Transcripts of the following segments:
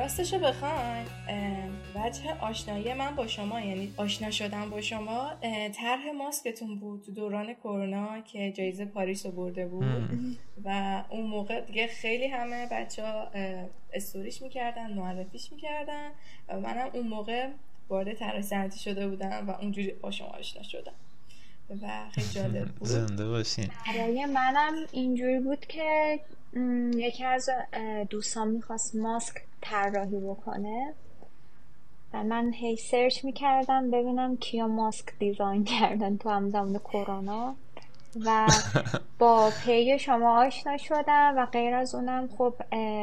راستشو بخواین وجه آشنایی من با شما، یعنی آشنا شدم با شما، طرح ماسکتون بود تو دوران کرونا که جایزه پاریس رو برده بود و اون موقع دیگه خیلی همه بچه‌ها استوریش میکردن، معرفیش میکردن و منم اون موقع وارد طرح صنعتی شده بودم و اونجوری با شما آشنا شدم و خیلی جالب بود. زنده باشین. برای منم اینجوری بود که یکی از دوستان میخواست ماسک طراحی بکنه و من هی سرچ میکردم ببینم کیا ماسک دیزاین کردن تو همزمان کرونا و با پیج شما آشنا شدم و غیر از اونم خب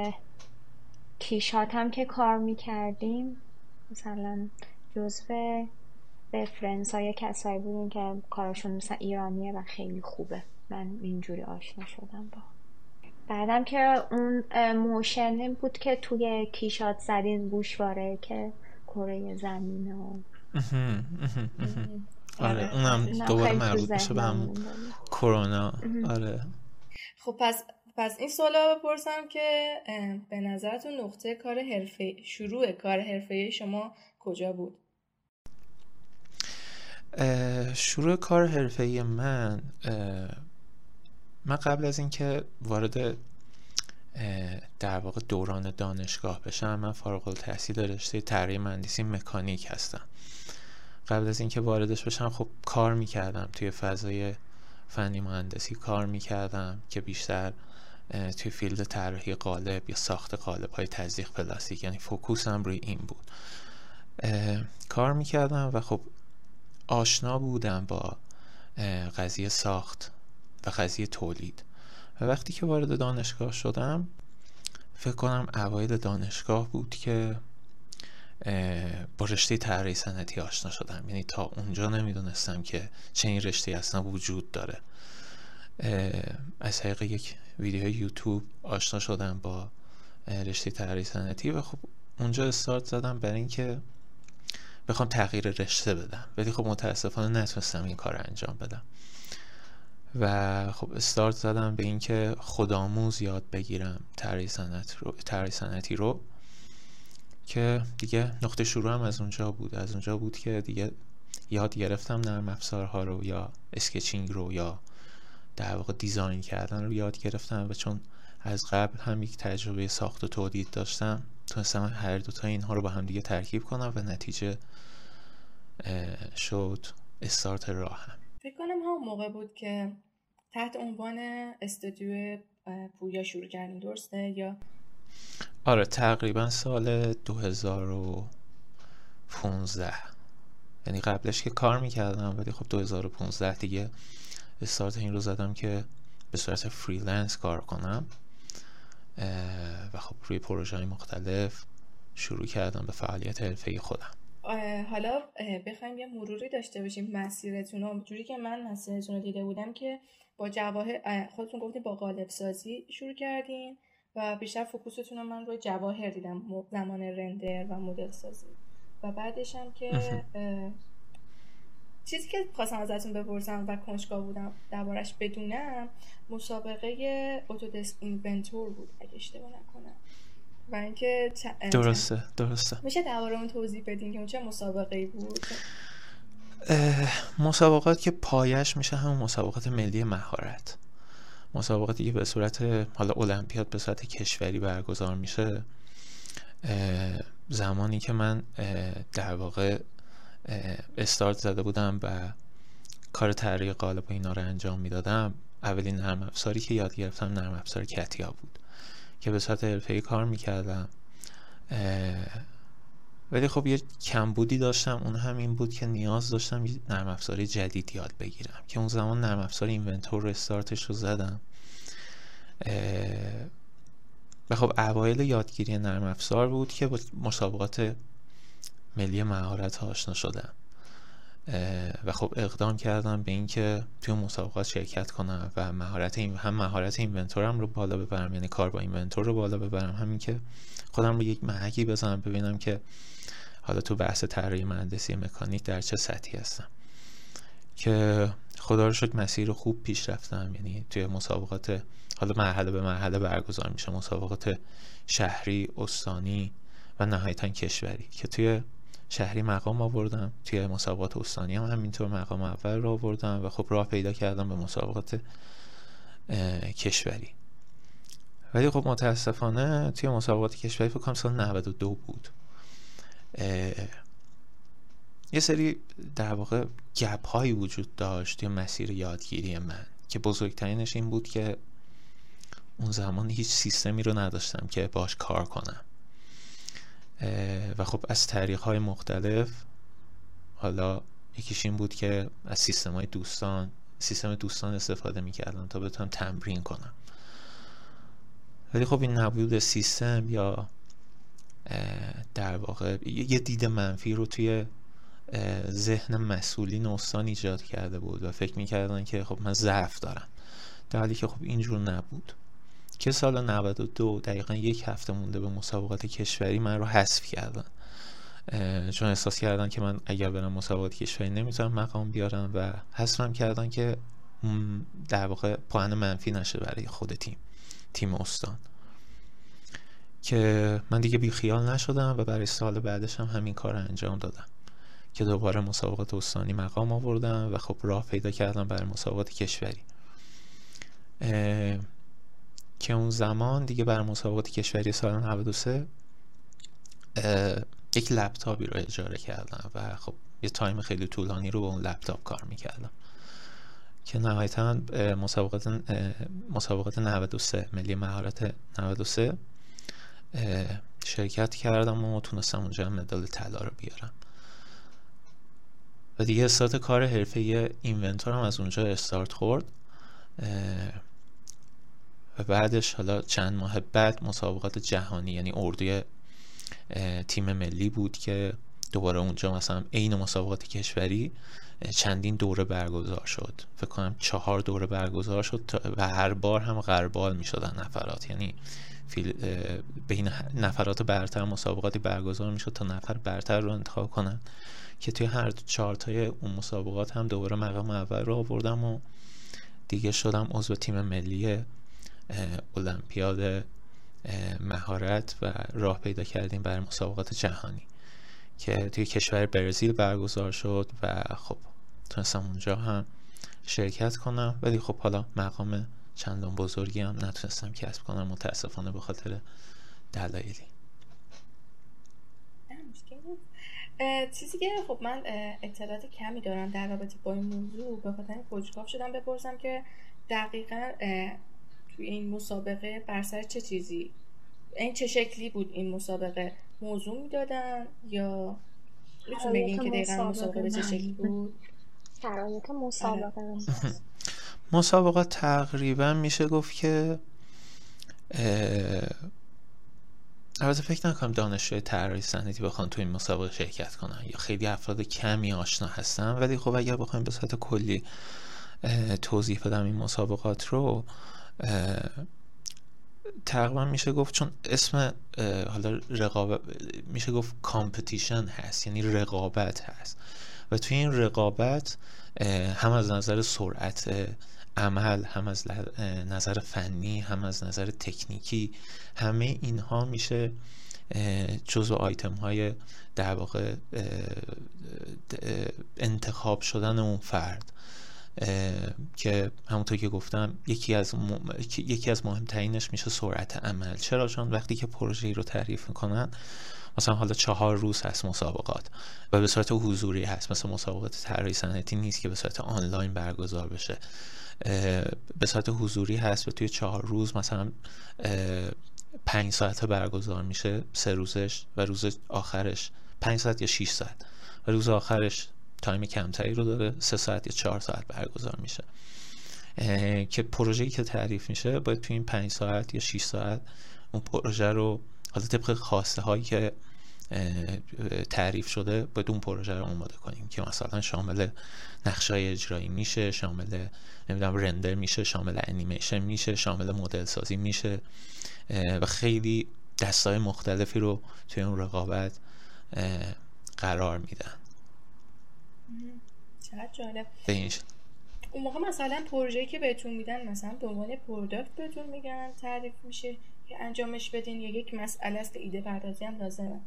کیشات هم که کار میکردیم مثلا جزو رفرنس های کسایی بودیم که کارشون مثلا ایرانیه و خیلی خوبه. من اینجوری آشنا شدم با. بعدم که اون موشنه بود که توی کیشات زدین گوشواره که کره زمینه و آره اونم دوباره مربوط میشه به همون کرونا. آره خب پس این سوالا بپرسم که به نظرتون نقطه کار شروع کار حرفه‌ای شما کجا بود؟ شروع کار حرفه‌ای من قبل از اینکه وارد در واقع دوران دانشگاه بشم، من فارغ التحصیل رشته طراحی مهندسی مکانیک هستم. قبل از اینکه واردش بشم خب کار میکردم توی فضای فنی مهندسی، کار میکردم که بیشتر توی فیلد طراحی قالب یا ساخت قالب های تزریق پلاستیک، یعنی فوکوسم روی این بود. کار میکردم و خب آشنا بودم با قضیه ساخت و قضیه تولید و وقتی که وارد دانشگاه شدم، فکر کنم اوایل دانشگاه بود که با رشته طراحی صنعتی آشنا شدم. یعنی تا اونجا نمیدونستم که چنین رشته اصلا وجود داره. از طریق یک ویدیو یوتیوب آشنا شدم با رشته طراحی صنعتی و خب اونجا استارت زدم برای اینکه بخوام تغییر رشته بدم، ولی خب متاسفانه نتونستم این کار انجام بدم و خب استارت زدم به اینکه خودآموز یاد بگیرم طراحی صنعتی رو که دیگه نقطه شروع هم از اونجا بود که دیگه یاد گرفتم نرم افزارها رو یا اسکچینگ رو یا در واقع دیزاین کردن رو یاد گرفتم و چون از قبل هم یک تجربه ساخت و تولید داشتم، تونستم هر دوتا اینها رو با هم دیگه ترکیب کنم و نتیجه شد استارت راهم. فکر کنم همون موقع بود که تحت عنوان استودیو پویا شروع کردین، درسته یا؟ آره تقریبا سال 2015، یعنی قبلش که کار میکردم ولی خب 2015 دیگه استارت این رو زدم که به صورت فریلنس کار کنم و خب روی پروژه های مختلف شروع کردم به فعالیت حرفه‌ای خودم. حالا بخوایم یه مروری داشته باشیم مسیرتون رو، جوری که من مسیرتون رو دیده بودم که با جواهر، خودتون گفتین با قالب سازی شروع کردین و بیشتر فوکوستون رو من روی جواهر دیدم زمان رندر و مدل سازی و بعدش هم که چیزی که خواستم ازتون بپرسم و کنجکاو بودم دربارش بدونم، مسابقه اتودسک اینونتور بود اگه اشتباه نکنم و اینکه درسته میشه درباره اون توضیح بدین که اون چه مسابقه‌ای بود؟ مسابقات که پایش میشه همون مسابقات ملی مهارت، مسابقاتی که به صورت حالا المپیاد به صورت کشوری برگزار میشه. زمانی که من در واقع استارت زده بودم و کار طراحی قالب و اینا رو انجام میدادم، اولین نرم افزاری که یاد گرفتم نرم افزار کتیا بود که به صورت حرفه‌ای کار میکردم، ولی خب یه کمبودی داشتم، اون هم این بود که نیاز داشتم یه نرم افزاری جدید یاد بگیرم که اون زمان نرم افزار اینونتور رو استارتش رو زدم و خب اوایل یادگیری نرم افزار بود که با مسابقات ملی مهارت ها آشنا شدم و خب اقدام کردم به این که توی مسابقات شرکت کنم و هم مهارت اینونتورم رو بالا ببرم، یعنی کار با اینونتور رو بالا ببرم، همین که خودم رو یک محکی بزنم ببینم که حالا تو بحث طراحی مهندسی مکانیک در چه سطحی هستم، که خدا رو شکر مسیر خوب پیش رفتم. یعنی توی مسابقات حالا مرحله به مرحله برگزار میشه، مسابقات شهری، استانی و نهایتا کشوری که توی شهری مقام آوردم، توی مسابقات استانی هم همینطور مقام اول رو آوردم و خب راه پیدا کردم به مسابقات کشوری. ولی خب متاسفانه توی مسابقات کشوری فکر کنم سال 92 بود، یه سری در واقع گپ هایی وجود داشت توی مسیر یادگیری من که بزرگترینش این بود که اون زمان هیچ سیستمی رو نداشتم که باش کار کنم و خب از طریق‌های مختلف، حالا یکیش این بود که از سیستم دوستان استفاده می‌کردم تا بتونم تمرین کنم. ولی خب این نبود سیستم یا در واقع یه دید منفی رو توی ذهن مسئولین استان ایجاد کرده بود و فکر می‌کردن که خب من ضعف دارم، در حالی که خب اینجور نبود. که سال 92 دقیقا 1 هفته مونده به مسابقات کشوری من رو حذف کردن، چون احساس کردن که من اگر برم مسابقات کشوری نمیتونم مقام بیارم و حذفم کردن که در واقع پوان منفی نشه برای خود تیم استان. که من دیگه بی خیال نشدم و برای سال بعدش هم همین کار رو انجام دادم که دوباره مسابقات استانی مقام آوردم و خب راه پیدا کردم برای مسابقات کشوری. که اون زمان دیگه برای مسابقات کشوری سال 93 یک لپتاپی رو اجاره کردم و خب یه تایم خیلی طولانی رو با اون لپتاپ کار میکردم که نهایتا مسابقات 93 ملی مهارت 93 شرکت کردم و تونستم اونجا مدال طلا رو بیارم و دیگه استارت کار حرفه‌ای اینونتور هم از اونجا استارت خورد. و بعدش حالا چند ماه بعد مسابقات جهانی، یعنی اردوی تیم ملی بود که دوباره اونجا مثلا عین مسابقات کشوری چندین دوره برگزار شد، فکر کنم 4 دوره برگزار شد و هر بار هم غربال می شدن نفرات، یعنی بین نفرات برتر مسابقاتی برگزار می شد تا نفر برتر رو انتخاب کنن که توی هر 4 تای اون مسابقات هم دوباره مقام اول رو آوردم و دیگه شدم عضو تیم ملی المپیاد مهارت و راه پیدا کردیم برای مسابقات جهانی که توی کشور برزیل برگزار شد و خب تونستم اونجا هم شرکت کنم. ولی خب حالا مقام چندان بزرگی هم نتونستم کسب کنم متاسفانه به خاطر دلایلی. چیزی که خب من اطلاعات کمی دارم در رابطه با این موضوع، به خاطر کنجکاو شدم بپرسم که دقیقاً توی این مسابقه بر سر چه چیزی، این چه شکلی بود این مسابقه؟ موضوع میدادن یا میتونم بگین که دقیقاً مسابقه به چه شکلی بود؟ شرایط مسابقه مسابقات تقریبا میشه گفت که البته فکر نکنم دانشجوی طراحی صنعتی بخوان تو این مسابقه شرکت کنن یا خیلی افراد کمی آشنا هستن، ولی خب اگر بخوایم به صورت کلی توضیح بدم این مسابقات رو، تقریبا میشه گفت چون اسم حالا رقابت میشه گفت کامپتیشن هست، یعنی رقابت هست و توی این رقابت هم از نظر سرعت عمل، هم از نظر فنی، هم از نظر تکنیکی، همه اینها میشه جزو آیتم های در واقع انتخاب شدن اون فرد که همونطور که گفتم یکی از مهمترینش میشه سرعت عمل. چرا؟ چون وقتی که پروژه‌ای رو تعریف میکنن، مثلا حالا 4 روز هست مسابقات و به صورت حضوری هست، مثلا مسابقات طراحی صنعتی نیست که به صورت آنلاین برگزار بشه، به صورت حضوری هست و توی 4 روز مثلا 5 ساعت برگزار میشه 3 روزش و روز آخرش 5 ساعت یا 6 ساعت و روز آخرش تایم کمتری رو داره، 3 ساعت یا 4 ساعت برگزار میشه که پروژه‌ای که تعریف میشه باید توی این 5 ساعت یا 6 ساعت اون پروژه رو حالا طبق خواسته هایی که تعریف شده باید اون پروژه رو آماده کنیم که مثلا شامل نقشه‌های اجرایی میشه، شامل نمیدونم رندر میشه، شامل انیمیشن میشه، شامل مدل سازی میشه و خیلی دستای مختلفی رو توی اون رقابت قرار میدن. چقدر جالب. بینش اون موقع مثلا پروژه‌ای که بهتون میدن مثلا به عنوان پروداکت بهتون میگن تعریف میشه که انجامش بدین یا یک مسئله است که ایده پردازی هم لازمه؟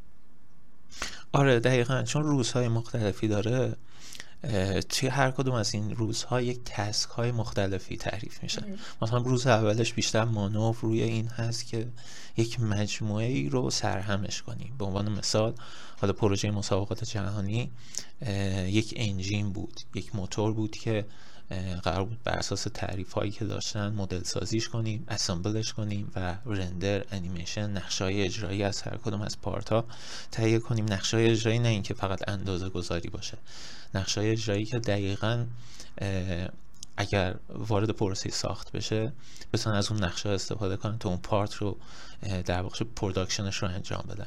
آره دقیقاً، چون روزهای مختلفی داره، توی هر کدوم از این روزها یک تسک های مختلفی تعریف میشه. مثلا روز اولش بیشتر مانور روی این هست که یک مجموعه ای رو سرهمش کنیم. به عنوان مثال حالا پروژه مسابقات جهانی یک انجین بود، یک موتور بود که قرار بود بر اساس تعریف هایی که داشتن مدل سازیش کنیم، اسمبلش کنیم و رندر، انیمیشن، نقشه‌های اجرایی از هر کدوم از پارت ها تهیه کنیم. نقشه‌های اجرایی نه اینکه فقط اندازه گذاری باشه، نقشه‌های اجرایی که دقیقاً اگر وارد پروسه ساخت بشه بتونن از اون نقشه استفاده کنن تا اون پارت رو در واقع پروداکشنش رو انجام بدن.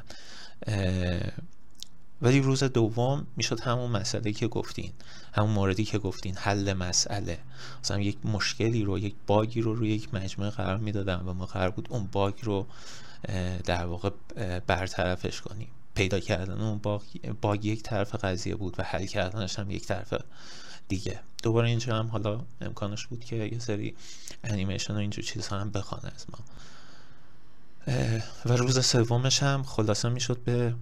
ولی روز دوم میشد همون مسئله که گفتین، همون موردی که گفتین، حل مسئله. مثلا یک مشکلی رو، یک باگی رو روی یک مجموعه قرار میدادن و ما قرار بود اون باگ رو در واقع برطرفش کنیم. پیدا کردن اون باگ یک طرف قضیه بود و حل کردنش هم یک طرف دیگه. دوباره اینجا هم حالا امکانش بود که یه سری انیمیشن و اینجور چیزها هم بخوانه از ما. و روز سومش هم خلاصه میشد به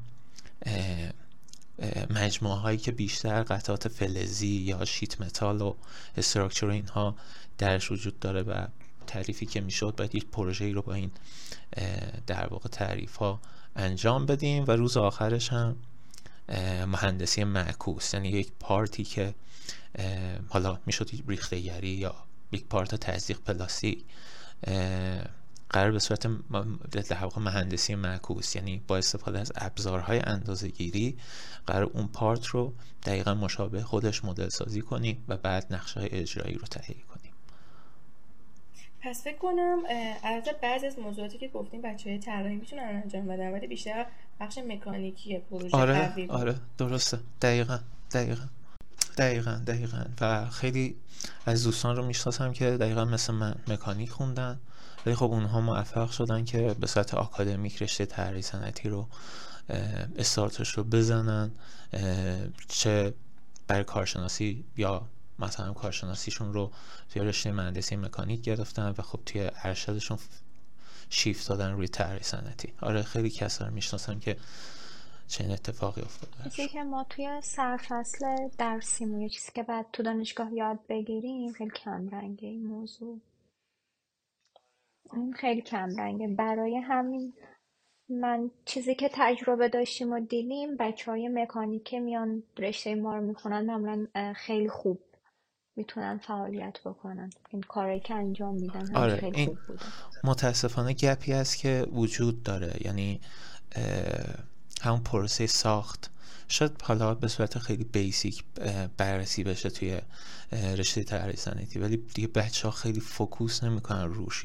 مجموعه هایی که بیشتر قطعات فلزی یا شیت متال و استراکچر اینها درش وجود داره و تعریفی که میشد باید یک پروژه‌ای رو با این در واقع تعریف ها انجام بدیم. و روز آخرش هم مهندسی معکوس، یعنی یک پارتی که حالا میشد ریخته گری یا یک پارت تزریق پلاستیک، قرار به صورت در واقع مهندسی معکوس، یعنی با استفاده از ابزارهای اندازه‌گیری قرار اون پارت رو دقیقاً مشابه خودش مدل سازی کنیم و بعد نقشه‌های اجرایی رو تهیه کنیم. پس فکر کنم البته بعضی از موضوعاتی که گفتیم بچه‌های طراحی میتونن انجام بدن، ولی بیشتر بخش مکانیکی پروژه. آره درسته، دقیقاً و خیلی از دوستان رو میشناسم که دقیقاً مثل من مکانیک خوندن، ولی خب اونها موفق شدن که به صورت آکادمیک رشته طراحی صنعتی رو استارتش رو بزنن، چه برای کارشناسی یا مثلا کارشناسیشون رو توی رشته مهندسی مکانیک گرفتن و خب توی ارشدشون شیفت دادن روی طراحی صنعتی. آره خیلی کسا رو میشناسم که چنین اتفاقی افتاده. چیزی که ما توی سرفصل درسیمون، یه چیزی که بعد تو دانشگاه یاد بگیریم، خیلی کم رنگه این موضوع. این خیلی کم رنگه. برای همین من چیزی که تجربه داشتیم و دیدیم، بچه‌های مکانیک میان رشته ما رو میخونن، معمولا خیلی خوب میتونن فعالیت بکنن. این کاری که انجام میدن آره خیلی این خوب بوده. متاسفانه گپی هست که وجود داره، یعنی همون پروسه ساخت شاید حالا به صورت خیلی بیسیک بررسی بشه توی رشته طراحی صنعتی، ولی دیگه بچه‌ها خیلی فوکوس نمیکنن روش،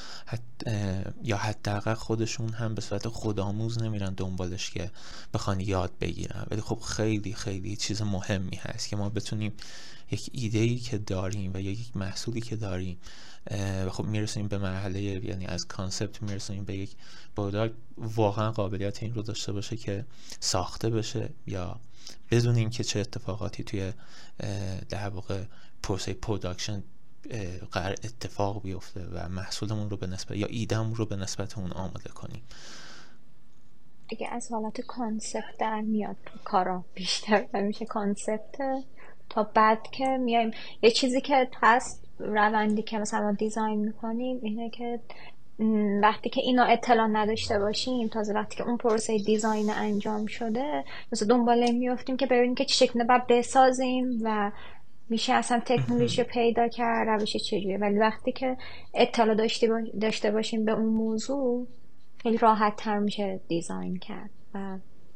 یا حداقل خودشون هم به صورت خودآموز نمیرن دنبالش که بخوان یاد بگیرن. ولی خب خیلی خیلی چیز مهمی هست که ما بتونیم یک ایده‌ای که داریم و یک محصولی که داریم و خب میرسونیم به مرحله، یعنی از کانسپت میرسونیم به یک پروداکت واقعا قابلیت این رو داشته باشه که ساخته بشه، یا بدونیم که چه اتفاقاتی توی در واقع پروسه پروداکشن قرار اتفاق بیفته و محصولمون رو به نسبت یا ایدهمون رو به نسبت اون آماده کنیم. اگه از حالت کانسپت در میاد کارا بیشتر میشه کانسپت، تا بعد که میایم یه چیزی که هست، روندی که مثلا ما دیزاین میکنیم اینه که وقتی که اینا اطلاع نداشته باشیم، تازه وقتی که اون پروسه دیزاین انجام شده مثلا دنباله میافتیم که ببینیم که چه شکلی باید بسازیم و میشه اصلا تکنولوژی پیدا کرد، روش چجوریه. ولی وقتی که اطلاع داشته باشیم به اون موضوع، خیلی راحت تر میشه دیزاین کرد و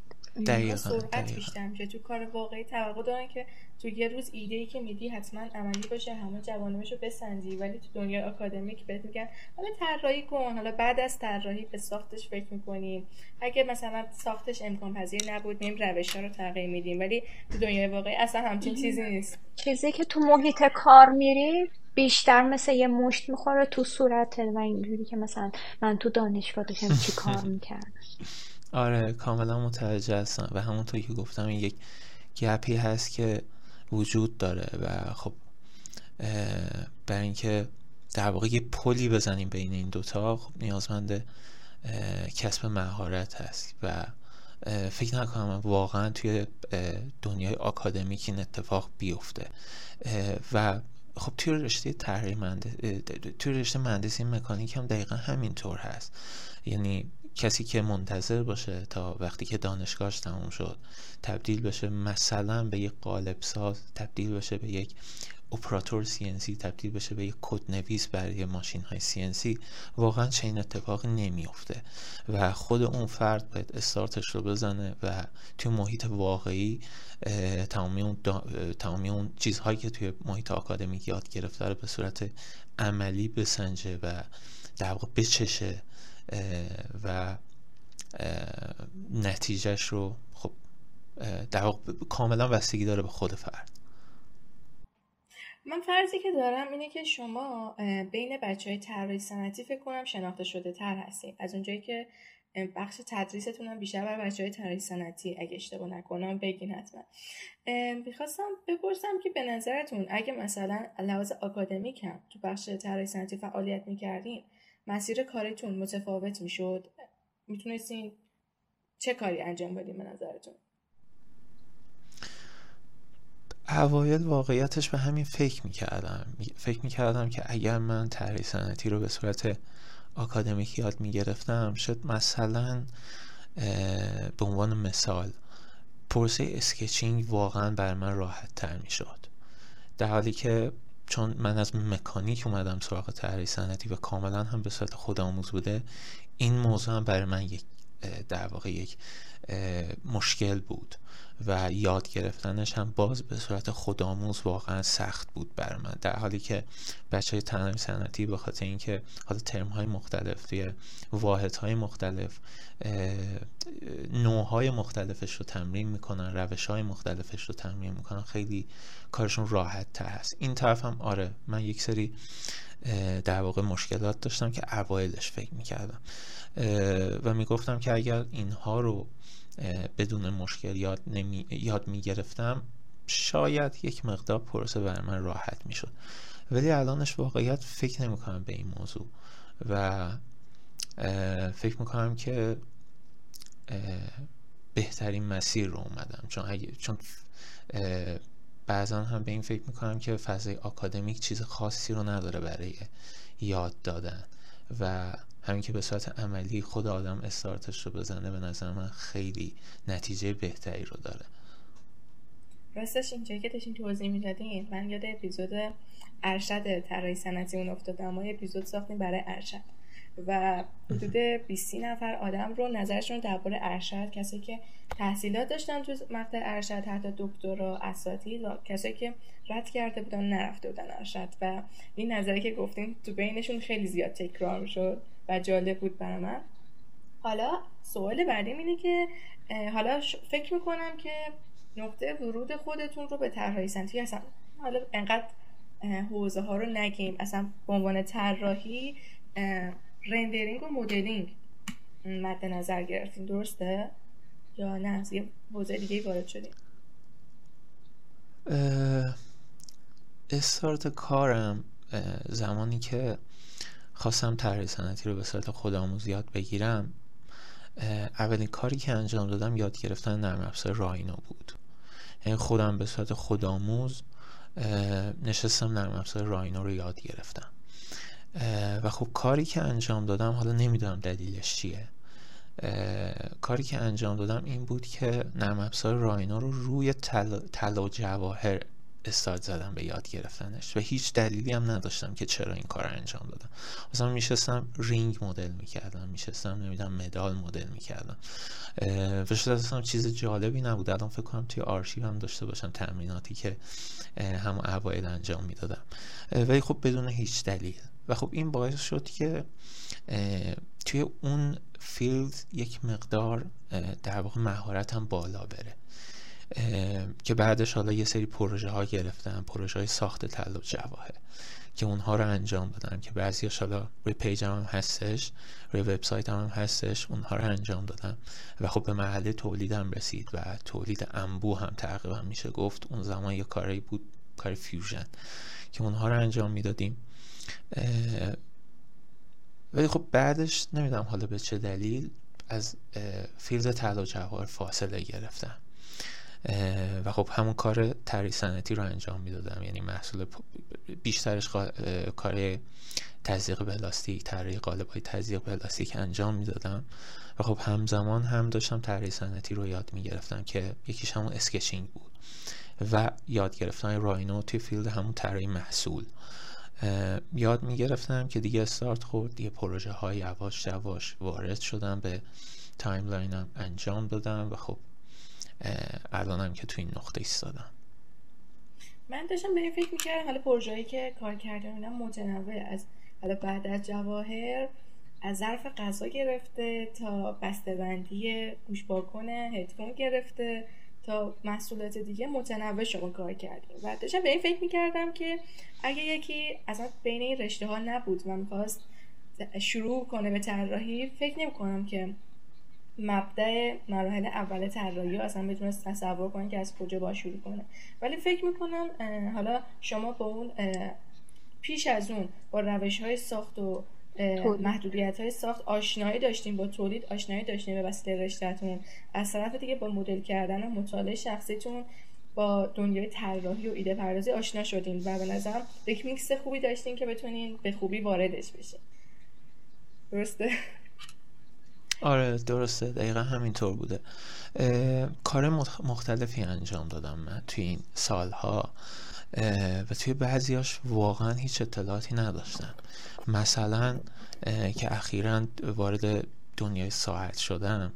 سرعت بیشتر میشه. تو کار واقعی توقع دارن که تو یه روز ایده‌ای که میدی حتما عملی باشه، همه جوانبشو بسنجی، ولی تو دنیای آکادمیک بهت میگن حالا طراحی کن، حالا بعد از طراحی به ساختش فکر میکنیم، اگه مثلا ساختش امکان پذیر نبود میایم روش‌ها رو تغییر میدیم. ولی تو دنیای واقعی اصلا همچین چیزی نیست. چیزی که تو محیط کار میری بیشتر مثل یه مشت میخوره تو صورتت و اینجوری که مثلا من تو دانشگاه داشتم چی کار میکردم. آره کاملا متوجه هستم و همونطور که گفتم این یک گپی هست که وجود داره و خب برای اینکه در واقع یه پلی بزنیم بین این دوتا، خب نیازمند کسب مهارت هست و فکر نکنم واقعا توی دنیای آکادمیک این اتفاق بیفته. و خب توی رشته توی رشته مهندسی مکانیک هم دقیقا همینطور هست. یعنی کسی که منتظر باشه تا وقتی که دانشگاهش تموم شد تبدیل بشه مثلا به یک قالب ساز، تبدیل بشه به یک اپراتور CNC، تبدیل بشه به یک کدنویس برای ماشین های CNC، واقعا چنین اتفاقی نمیفته و خود اون فرد باید استارتش رو بزنه و توی محیط واقعی تمامی اون چیزهایی که توی محیط آکادمیک یاد گرفته رو به صورت عملی بسنجه و در واقع بچشه و نتیجهش رو خب در واقع کاملا بستگی داره به خود فرد. من فرضی که دارم اینه که شما بین بچهای طراحی صنعتی فکر کنم شناخته شده تر هستین، از اونجایی که بخش تدریستون هم بیشتر برای بچهای طراحی صنعتی، اگه اشتباه نکنم بگین حتما. میخواستم بپرسم که به نظرتون اگه مثلا لحاظ آکادمیک هم تو بخش طراحی صنعتی فعالیت میکردین مسیر کاریتون متفاوت میشد؟ میتونستین چه کاری انجام بدین به نظرتون؟ اوایل واقعیتش به همین فکر میکردم که اگر من طراحی صنعتی رو به صورت آکادمیک یاد میگرفتم شاید مثلا به عنوان مثال پروسه اسکچینگ واقعا بر من راحت تر میشد، در حالی که چون من از مکانیک اومدم سراغ طراحی صنعتی و کاملا هم به صورت خودآموز بوده، این موضوع هم برای من در واقع یک مشکل بود و یاد گرفتنش هم باز به صورت خودآموز واقعا سخت بود برای من، در حالی که بچهای طراحی صنعتی به خاطر اینکه حالا ترم‌های مختلف توی واحدهای مختلف نوع‌های مختلفش رو تمرین میکنن، روش‌های مختلفش رو تمرین میکنن، خیلی کارشون راحت تر هست. این طرف هم آره من یک سری در واقع مشکلات داشتم که اوایلش فکر میکردم و میگفتم که اگر اینها رو بدون مشکل یاد میگرفتم شاید یک مقدار پروسه بر من راحت میشد، ولی الانش واقعیت فکر نمیکنم به این موضوع و فکر میکنم که بهترین مسیر رو اومدم، چون بعضا هم به این فکر میکنم که فضای آکادمیک چیز خاصی رو نداره برای یاد دادن و همین که به صورت عملی خود آدم استارتش رو بزنه به نظر من خیلی نتیجه بهتری رو داره. راستش اینجایی که داشتین توضیح میدادین من یاد اپیزود ارشد طراحی صنعتی اون افتادم. ما یه اپیزود ساختیم برای ارشد و حدود 20 نفر آدم رو نظرشون درباره ارشد، کسایی که تحصیلات داشتن تو مقطع ارشد، حتی دکترا، اساتید و کسایی که رد کرده بودن نرفته بودن ارشد، و این نظری که گفتیم تو بینشون خیلی زیاد تکرار میشد و جالب بود برای من. حالا سوال بعدیم اینه که حالا فکر میکنم که نقطه ورود خودتون رو به طراحی صنعتی اصلا حالا انقدر حوزه ها رو نگیم، اصلا به عنوان طراحی رندرینگ و مدلینگ مد نظر گرفتین، درسته؟ یا نه از یه حوزه دیگه وارد شدین؟ استارت کارم زمانی که خواستم طراحی صنعتی رو به صورت خودآموز یاد بگیرم، اولین کاری که انجام دادم یاد گرفتن نرم افزار راینو بود. یعنی خودم به صورت خودآموز نشستم نرم افزار راینو رو یاد گرفتم و خب کاری که انجام دادم، حالا نمیدونم دلیلش چیه، کاری که انجام دادم این بود که نرم افزار راینو رو روی طلا و جواهر استارت زدم به یاد گرفتنش و هیچ دلیلی هم نداشتم که چرا این کار انجام دادم. مثلا میشستم رینگ مدل میکردم، میشستم نمیدونم مدال مدل میکردم و شاید اصلا چیز جالبی نبود. الان فکر کنم توی آرشیو هم داشته باشم تمریناتی که همون اوایل انجام میدادم، ولی خب بدون هیچ دلیل. و خب این باعث شد که توی اون فیلد یک مقدار در واقع مهارتم بالا بره که بعدش حالا یه سری پروژه ها گرفتم، پروژه های ساخت طلا و جواهر که اونها رو انجام دادم که بعضیش حالا روی پیجم هم هستش، روی وبسایت هم هستش، اونها رو انجام دادم و خب به مرحله تولیدم رسید و تولید انبوه هم تقریبا میشه گفت اون زمان یه کاری بود کار فیوژن که اونها رو انجام میدادیم. ولی خب بعدش نمیدونم حالا به چه دلیل از فیلد طلا و جواهر فاصله گرفتم و خب همون کار طراحی صنعتی رو انجام میدادم، یعنی محصول بیشترش کار تزریق پلاستیک، طراحی قالب‌های تزریق پلاستیک انجام میدادم و خب همزمان هم داشتم طراحی صنعتی رو یاد میگرفتم که یکیش همون اسکچینگ بود و یاد گرفتن راینو توی فیلد همون طراحی محصول یاد میگرفتم که دیگه استارت خورد، دیگه پروژه های یواش یواش وارد شدم به تایملاینم انجام دادم و خب الانم که توی این نقطه ایستادم. من داشتم به این فکر میکردم حالا پروژه‌ای که کار کردم اینا متنوع، از حالا بعد از جواهر از ظرف غذا گرفته تا بسته‌بندی گوش بالکن هدفون گرفته تا محصولات دیگه متنوع شما کار کردیم و داشتم به این فکر میکردم که اگه یکی اصلا بین این رشته ها نبود و میخواست شروع کنه به طراحی، فکر نمی‌کنم که مبدأ مراحل اول طراحی اصلا بتونست تصور کنه که از کجا باید شروع کنه. ولی فکر میکنم حالا شما با اون پیش از اون با روش‌های ساخت و محدودیت‌های ساخت آشنایی داشتیم، با تولید آشنایی داشتیم به واسطه رشته‌تون، از طرف دیگه با مدل کردن و مطالعه شخصیتون با دنیای طراحی و ایده پردازی آشنا شدین و به نظرم یک میکس خوبی داشتین که بتونین به خوبی واردش بشین. درسته؟ آره درسته، دقیقا همینطور بوده. کار مختلفی انجام دادم من توی این سالها و توی بعضیاش واقعا هیچ اطلاعاتی نداشتم. مثلا که اخیراً وارد دنیای ساعت شدم،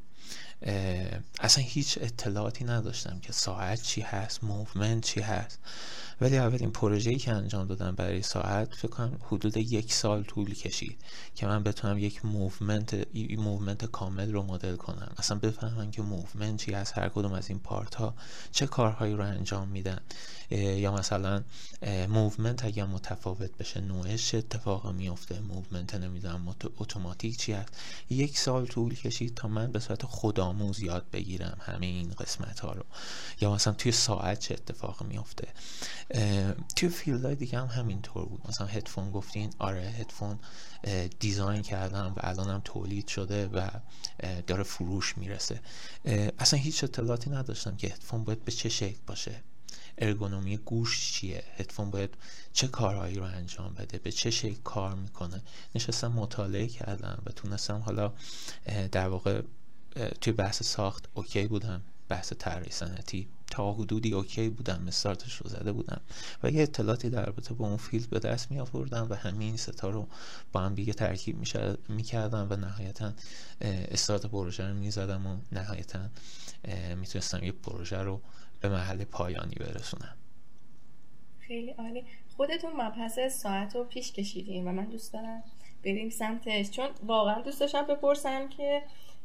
اصلا هیچ اطلاعاتی نداشتم که ساعت چی هست، موومنت چی هست. ولی اولین پروژه‌ای که انجام دادم برای ساعت فکر کنم حدود 1 سال طول کشید که من بتونم یک موومنت کامل رو مدل کنم، اصلا بفهمم که موومنت چی هست، هر کدوم از این پارت ها چه کارهایی رو انجام میدن، یا مثلا موومنت اگر متفاوت بشه نوعش چه اتفاقی میفته، موومنت نمیدونم اتوماتیک چی هست. 1 سال طول کشید تا من به صورت خودآموز یاد بگیرم همه این قسمت ها رو، یا مثلا توی ساعت چه اتفاقی میفته. توی فیلدهای دیگه هم همینطور بود. مثلا هدفون گفتین، آره هدفون دیزاین کردم و الانم تولید شده و داره فروش میرسه. اصلا هیچ اطلاعاتی نداشتم که هدفون باید به چه شکل باشه، ارگونومی گوش چیه، هدفون باید چه کارهایی رو انجام بده، به چه شکل کار میکنه. نشستم مطالعه کردم و تونستم حالا در واقع توی بحث ساخت اوکی بودم، بحث طراحی صنعتی تا حدودی اوکی بودم، استارتش رو زده بودم و یه اطلاعاتی در رابطه با اون فیلد به دست می آوردم و همین ستا رو با هم دیگه ترکیب می کردم و نهایتا استارت پروژه رو می زدم و نهایتا می تونستم یه پروژه رو به محل پایانی برسونم. خیلی عالی. خودتون مبحث ساعت رو پیش کشیدین و من دوست دارم بریم سمتش، چون واقعا دوست داشتم بپرسم که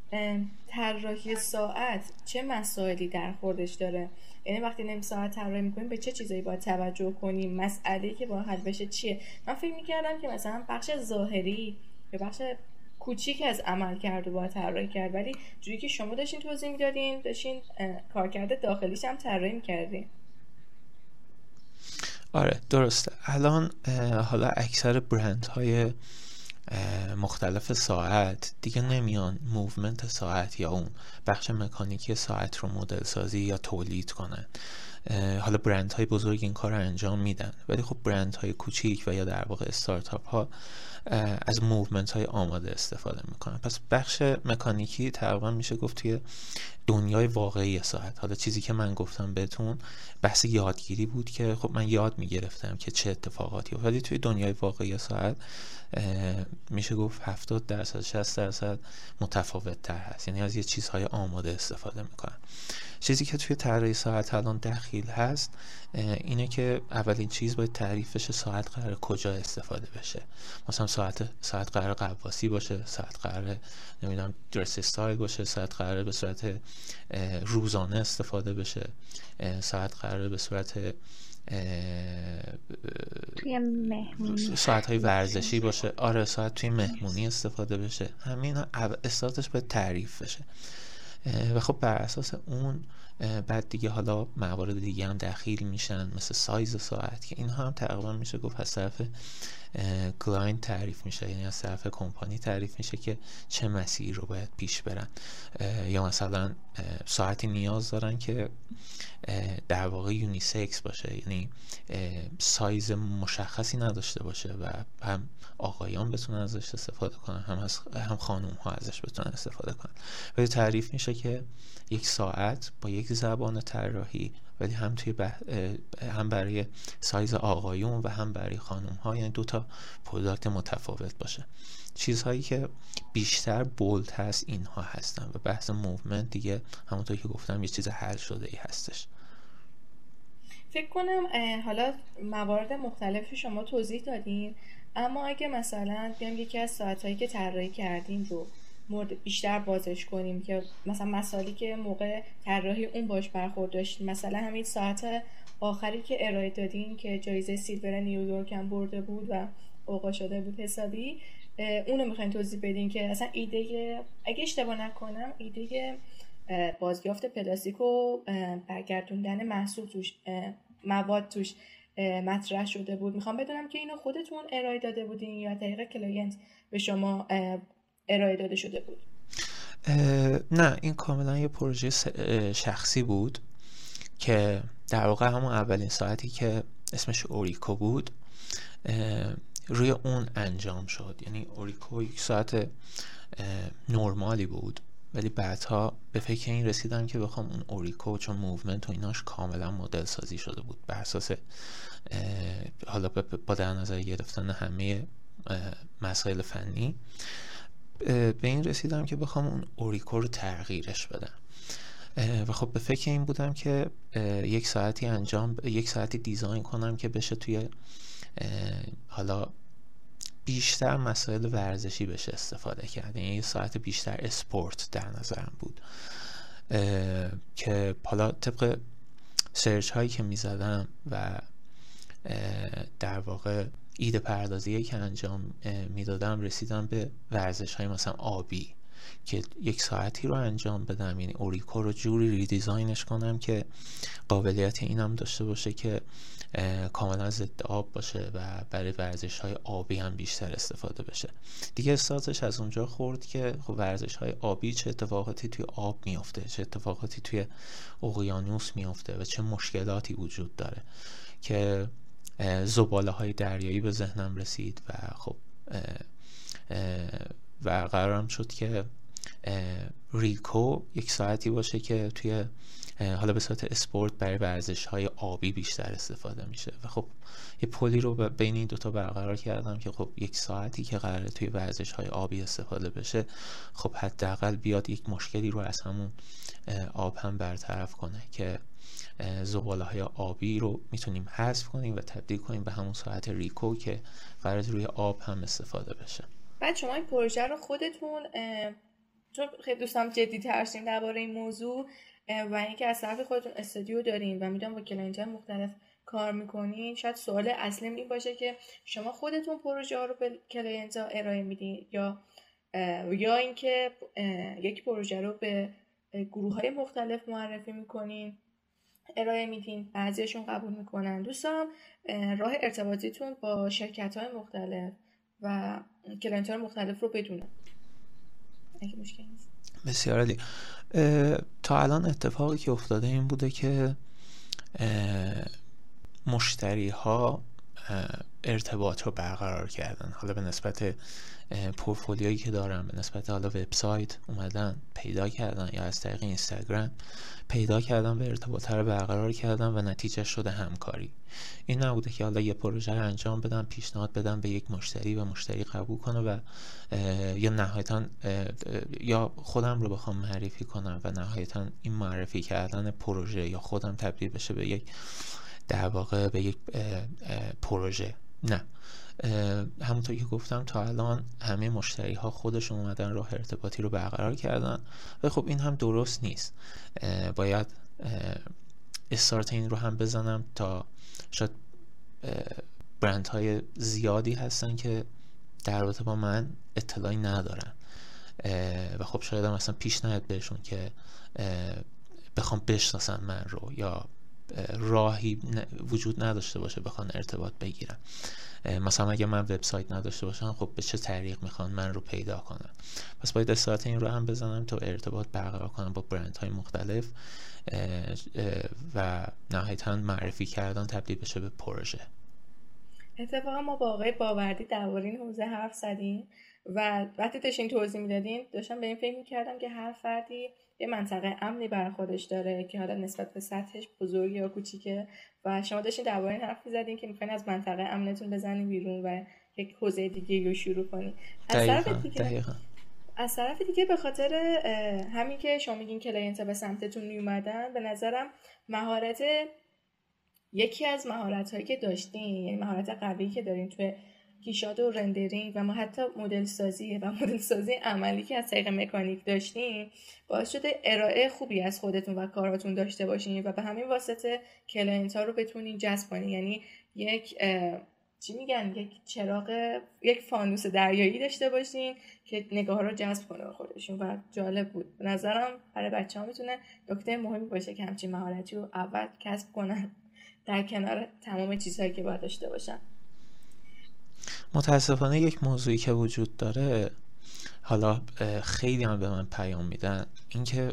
طراحی ساعت چه مسائلی در خوردش داره، یعنی وقتی نیم ساعت طراحی میکنیم به چه چیزایی باید توجه کنیم، مسئله‌ای که باید حل بشه چیه. من فکر میکردم که مثلا بخش ظاهری یا بخش کوچیک از عمل کرد و باید طراحی کرد، ولی جوری که شما داشتین توضیح میدادین داشتین کارکرد داخلیش هم طراحی میکردین. آره درسته. الان حالا اکثر برندهای مختلف ساعت دیگه نمیان موومنت ساعت یا اون بخش مکانیکی ساعت رو مدل سازی یا تولید کنن. حالا برندهای بزرگ این کار رو انجام میدن، ولی خب برندهای کوچیک و یا در واقع استارتاپ ها از موومنت های آماده استفاده میکنن. پس بخش مکانیکی تقریبا میشه گفت توی دنیای واقعی ساعت. حالا چیزی که من گفتم بهتون بحث یادگیری بود که خب من یاد میگرفتم که چه اتفاقاتی افتاد، ولی توی دنیای واقعی ساعت میشه گفت 70% 60% متفاوت تر هست، یعنی از یه چیزهای آماده استفاده میکنن. چیزی که توی طراحی ساعت الان دخیل هست اینه که اولین چیز باید تعریف بشه ساعت قرار کجا استفاده بشه. مثلا ساعت قرار قواسی باشه، ساعت قرار نمیدونم درس استایل باشه، ساعت قرار به صورت روزانه استفاده بشه، ساعت قرار به صورت توی مهمونی ساعت های ورزشی باشه، آره ساعت توی مهمونی استفاده بشه. همین استارتش باید تعریف بشه و خب بر اساس اون بعد دیگه حالا موارد دیگه هم دخیل میشن مثل سایز ساعت که اینها هم تقریبا میشه گفت از طرف کلاینت تعریف میشه، یعنی از طرف کمپانی تعریف میشه که چه مسیری رو باید پیش برن. یا مثلا ساعتی نیاز دارن که در واقع یونیسکس باشه، یعنی سایز مشخصی نداشته باشه و هم آقایان بتونن ازش استفاده کنن هم خانوم ها ازش بتونن استفاده کنن. ولی تعریف میشه که یک ساعت با یک زبان طراحی ولی هم توی هم برای سایز آقایون و هم برای خانوم ها، یعنی دو تا پروداکت متفاوت باشه. چیزهایی که بیشتر بولد هست اینها هستن و بحث موومنت دیگه همونطور که گفتم یه چیز حل شده ای هستش. فکر کنم حالا موارد مختلفی شما توضیح دادین، اما اگه مثلا بیام یکی از ساعتایی که طراحی کردین رو بیشتر بازش کنیم که مثلا مسائلی که موقع طراحی اون باش برخورد داشتین، مثلا همین ساعت آخری که ارائه دادین که جایزه سیلور نیویورک هم برده بود و اوقا شده بود حسابی، اونو میخواین توضیح بدین که اصلا ایده، اگه اشتباه نکنم ایده بازیافت پلاستیک و برگردوندن محصول توش، مواد توش مطرح شده بود. میخوام بدونم که اینو خودتون ارائه داده بودین یا طریق کلاینت به شما ارائه داده شده بود؟ نه، این کاملا یه پروژه شخصی بود که در واقع همون اولین ساعتی که اسمش اوریکو بود روی اون انجام شد. یعنی اوریکو یک ساعت نرمالی بود ولی بعدها به فکر این رسیدم که بخوام اون اوریکو، چون موومنت و ایناش کاملا مدل سازی شده بود بر اساس حالا با در نظر گرفتن همه مسائل فنی، به این رسیدم که بخوام اون اوریکو رو تغییرش بدم و خب به فکر این بودم که یک ساعتی دیزاین کنم که بشه توی حالا بیشتر مسائل ورزشی بشه استفاده کرد. یعنی یه ساعت بیشتر اسپورت در نظرم بود که حالا طبق سرچ هایی که میزدم و در واقع ایده پردازی که انجام میدادم رسیدم به ورزش های مثلا آبی که یک ساعتی رو انجام بدم، یعنی اوریکو رو جوری ریدیزاینش کنم که قابلیت اینم داشته باشه که کاملا ضد آب باشه و برای ورزش های آبی هم بیشتر استفاده بشه. دیگه استارتش از اونجا خورد که خب ورزش های آبی چه اتفاقاتی توی آب میفته، چه اتفاقاتی توی اقیانوس میفته و چه مشکلاتی وجود داره که زباله های دریایی به ذهنم رسید و خب و قرارم شد که ریکو یک ساعتی باشه که توی حالا به صورت اسپورت برای ورزش های آبی بیشتر استفاده میشه و خب یه پلی رو بین این دوتا برقرار کردم که خب یک ساعتی که قراره توی ورزش های آبی استفاده بشه خب حداقل بیاد یک مشکلی رو از همون آب هم برطرف کنه که زباله های آبی رو میتونیم حذف کنیم و تبدیل کنیم به همون ساعت ریکو که قراره روی آب هم استفاده بشه. بعد شما این پروژه رو خودتون، چون خیلی دوستم جدی ترسیم درباره این موضوع و اینکه از طرف خودتون استودیو دارین و میدونم با کلاینت‌های مختلف کار میکنین، شاید سوال اصلی این باشه که شما خودتون پروژه ها رو به کلاینت‌ها ارائه میدین یا اینکه یک پروژه رو به گروه‌های مختلف معرفی میکنین ارائه میدین، بعضیشون قبول میکنن. دوست دارم راه ارتباطیتون با شرکت‌های مختلف و کلاینت‌های مختلف رو بدونم اگه مشکل نیست. بسیار عالی. تا الان اتفاقی که افتاده این بوده که مشتری ها ارتباط رو برقرار کردن، حالا به نسبت پورتفولیویی که دارن، به نسبت حالا وبسایت اومدن پیدا کردن یا از طریق اینستاگرام پیدا کردن و ارتباط رو برقرار کردن و نتیجه شده همکاری. این نبوده که حالا یه پروژه رو انجام بدم، پیشنهاد بدم به یک مشتری و مشتری قبول کنه و یا نهایتاً یا خودم رو بخوام معرفی کنم و نهایتاً این معرفی کردن پروژه یا خودم تبدیل بشه به یک در واقع به یک پروژه. نه، همونطور که گفتم تا الان همه مشتری ها خودشون اومدن راه ارتباطی رو برقرار کردن و خب این هم درست نیست. باید استارت این رو هم بزنم تا شاید برند های زیادی هستن که در رابطه با من اطلاعی ندارن و خب شاید هم اصلا پیش نیاد بهشون که بخوام بشناسن من رو، یا راهی وجود نداشته باشه بخوان ارتباط بگیرن. مثلا اگه من وبسایت نداشته باشم، خب به چه طریق میخوان من رو پیدا کنن؟ پس باید استارت این رو هم بزنم تا ارتباط برقرار کنم با برندهای مختلف و نهایتاً معرفی کردن تبدیل بشه به پروژه. اتفاقا ما با آقای باوردی درباره این حوزه حرف زدیم و وقتی داشتین توضیح میدادین داشتم به این فکر میکردم که هر فردی یه منطقه امنی برای خودش داره که حالا نسبت به سطحش بزرگ یا کوچیکه و شما داشتین درباره این حرف میزدین که میخواین از منطقه امنتون بزنین بیرون و یک حوزه دیگه رو شروع کنین. از طرف دیگه به خاطر همین که شما میگین کلاینت‌ها به سمتتون میومدن، به نظرم یکی از مهارت‌هایی که داشتین، یعنی مهارت قوی که دارین توی کیشاد و رندرینگ و ما حتی مدل سازی عملی که از طریق مکانیک داشتین، باعث شده ارائه خوبی از خودتون و کاراتون داشته باشین و به همین واسطه کلاینت‌ها رو بتونین جذب کنین. یعنی یک یک فانوس دریایی داشته باشین که نگاه رو جذب کنه به خودشون و جالب بود. به نظرم برای بچه‌ها میتونه نکته مهمی باشه که همچین مهارتی رو اول کسب کنن در کنار تمام چیزهایی که باید داشته باشن. متاسفانه یک موضوعی که وجود داره، حالا خیلی هم به من پیام میدن، اینکه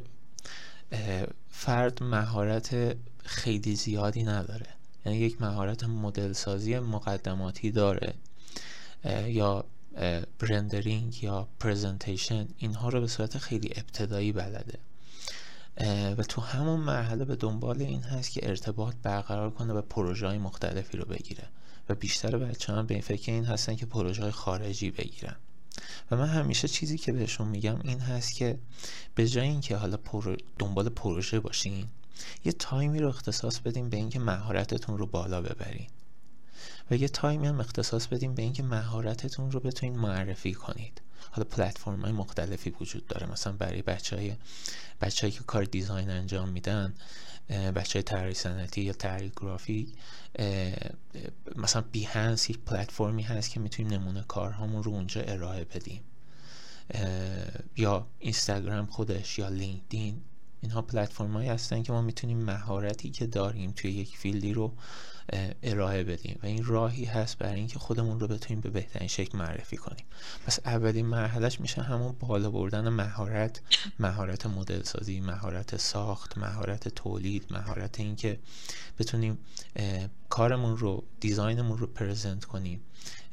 فرد مهارت خیلی زیادی نداره. یعنی یک مهارت مدل سازی مقدماتی داره یا رندرینگ یا پرزنتیشن، اینها رو به صورت خیلی ابتدایی بلده و تو همون مرحله به دنبال این هست که ارتباط برقرار کنه و پروژه‌های مختلفی رو بگیره و بیشتر بچه‌ها به این فکر این هستن که پروژه‌های خارجی بگیرن. و من همیشه چیزی که بهشون میگم این هست که به جای اینکه حالا دنبال پروژه باشین، یه تایمی رو اختصاص بدین به اینکه مهارتتون رو بالا ببرین و یه تایمی هم اختصاص بدین به اینکه مهارتتون رو بتونین معرفی کنید. حالا پلتفرم‌های مختلفی وجود داره، مثلا برای بچه‌هایی که کار دیزاین انجام میدن، بچه‌های طراحی صنعتی یا طراحی گرافیک، مثلا بیهنس یک پلتفرمی هست که میتونیم نمونه کارهامون رو اونجا ارائه بدیم، یا اینستاگرام خودش یا لینکدین. اینها پلتفرم‌هایی هستن که ما میتونیم مهارتی که داریم توی یک فیلدی رو ارائه بدیم و این راهی هست برای اینکه خودمون رو بتونیم به بهترین شکل معرفی کنیم. پس اولین مرحلهش میشه همون بالا بردن مهارت مدل سازی، مهارت ساخت، مهارت تولید، مهارت اینکه بتونیم کارمون رو، دیزاینمون رو پرزنت کنیم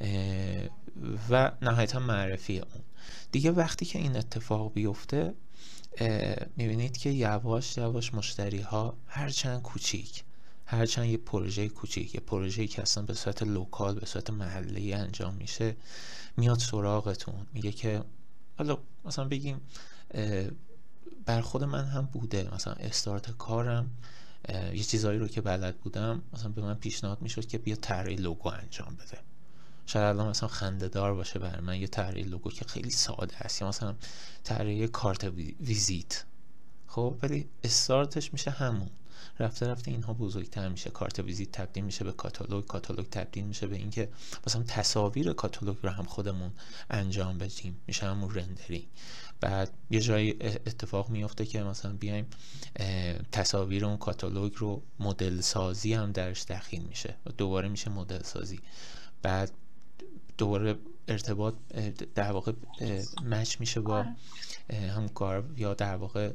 و نهایتا معرفی اون. دیگه وقتی که این اتفاق بیفته میبینید که یواش یواش مشتری ها هرچند یه پروژه کوچیک، یه پروژه‌ای که اصلا به صورت لوکال، به صورت محلی انجام میشه، میاد سراغتون میگه که حالا مثلا بگیم بر خود من هم بوده، مثلا استارت کارم یه چیزایی رو که بلد بودم مثلا به من پیشنهاد میشد که بیا طراحی لوگو انجام بده. شاید الان مثلا خنده‌دار باشه برای من یه طراحی لوگو که خیلی ساده است، یا مثلا طراحی کارت ویزیت. خب ولی استارتش میشه همون. رفته اینها بزرگتر میشه، کارت ویزیت تبدیل میشه به کاتالوگ تبدیل میشه به اینکه مثلا تصاویر کاتالوگ رو هم خودمون انجام بدیم، میشه همون رندرینگ. بعد یه جایی اتفاق میفته که مثلا بیایم تصاویر اون کاتالوگ رو مدل سازی هم درش دخیل میشه و دوباره میشه مدل سازی. بعد دوباره ارتباط در واقع مچ میشه با همون کار، یا در واقع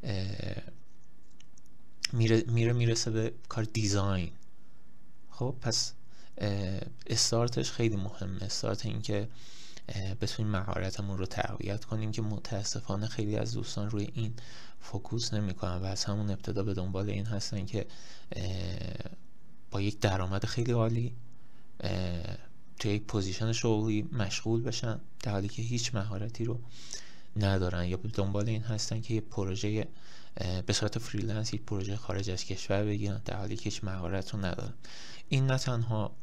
میرسه به کار دیزاین. خب پس استارتش خیلی مهمه. استارت این که بتونیم مهارتمون رو تقویت کنیم که متاسفانه خیلی از دوستان روی این فوکوس نمی‌کنن و از همون ابتدا به دنبال این هستن که با یک درآمد خیلی عالی توی یک پوزیشن شغلی مشغول بشن در حالی که هیچ مهارتی رو ندارن، یا به دنبال این هستن که یه پروژه به صورت فریلنس، یک پروژه خارج از کشور بگیرن در حالی که هیچ مهارت رو ندارن. این نه تنها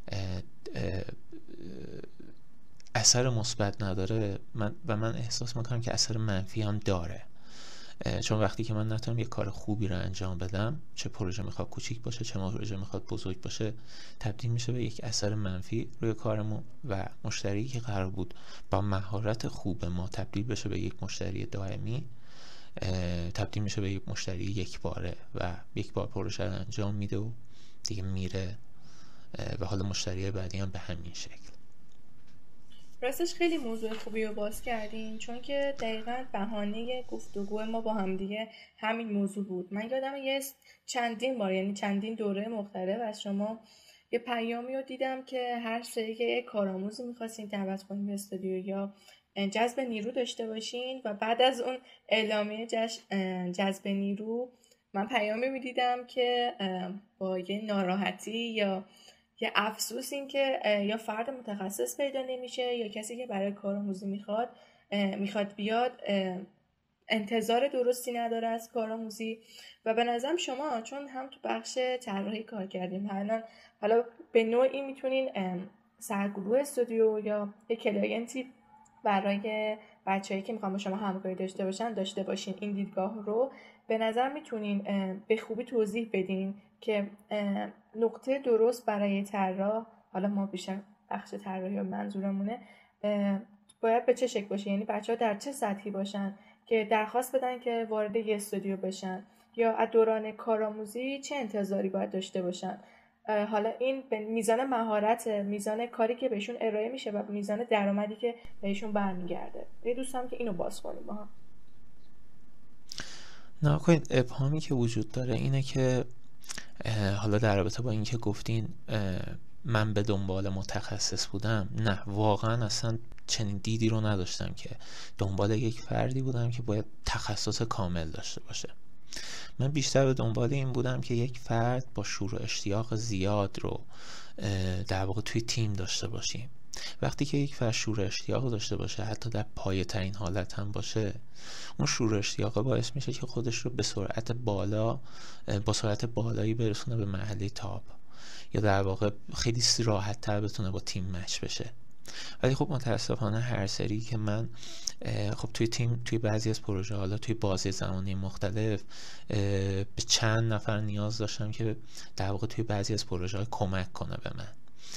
اثر مثبت نداره، من احساس میکنم که اثر منفی هم داره. چون وقتی که من نتونم یک کار خوبی رو انجام بدم، چه پروژه میخواد کوچیک باشه چه پروژه میخواد بزرگ باشه، تبدیل میشه به یک اثر منفی روی کارمون و مشتری که قرار بود با مهارت خوب ما تبدیل بشه به یک مشتری دائمی تبدیل میشه به یک مشتری یک باره و یک بار پروژه رو انجام میده و دیگه میره و حالا مشتری بعدی هم به همین شکل. راستش خیلی موضوع خوبی رو باز کردین، چون که دقیقاً بهانه گفتگو ما با هم دیگه همین موضوع بود. من یادم چندین بار، یعنی چندین دوره مختلف از شما یه پیامی رو دیدم که هر سری که یه کارآموزی می‌خواستین دعوت کنین به استودیو یا جذب نیرو داشته باشین و بعد از اون اعلامیه جذب نیرو من پیامی می‌دیدم که با یه ناراحتی یا یه افسوس این که یا فرد متخصص پیدا نمیشه یا کسی که برای کارآموزی میخواد بیاد انتظار درستی نداره از کارآموزی. و به نظرم شما چون هم تو بخش طراحی کار کردیم، حالا به نوعی میتونین سرگروه استودیو یا یه کلاینتی برای بچه‌ای که میخوان با شما همکاری داشته باشین این دیدگاه رو به نظر میتونین به خوبی توضیح بدین که نقطه درست برای طراح، حالا ما بیشتر بخش طراحی منظورمونه، باید به چه شکل باشه، یعنی بچه‌ها در چه سطحی باشن که درخواست بدن که وارد یه استودیو بشن یا از دوران کارآموزی چه انتظاری باید داشته باشن. حالا این به میزان مهارت، میزان کاری که بهشون ارائه میشه و میزان درآمدی که بهشون برمیگرده. یه دوستم که اینو باز کنیم با هم. نکنید ابهامی که وجود داره اینه که حالا در رابطه با این که گفتین من به دنبال متخصص بودم، نه واقعا اصلا چنین دیدی رو نداشتم که دنبال یک فردی بودم که باید تخصص کامل داشته باشه. من بیشتر به دنبال این بودم که یک فرد با شور و اشتیاق زیاد رو در واقع توی تیم داشته باشیم. وقتی که یک فرد شور و اشتیاق داشته باشه، حتی در پایه ترین حالت هم باشه، اون شور و اشتیاق باعث میشه که خودش رو با سرعت بالایی برسونه به مرحله تاپ، یا در واقع خیلی راحت تر بتونه با تیم مچ بشه. ولی خب متاسفانه هر سری که من خب توی بعضی از پروژه، حالا توی بازی زمانی مختلف، به چند نفر نیاز داشتم که در واقع توی بعضی از پروژه های کمک کنه به من،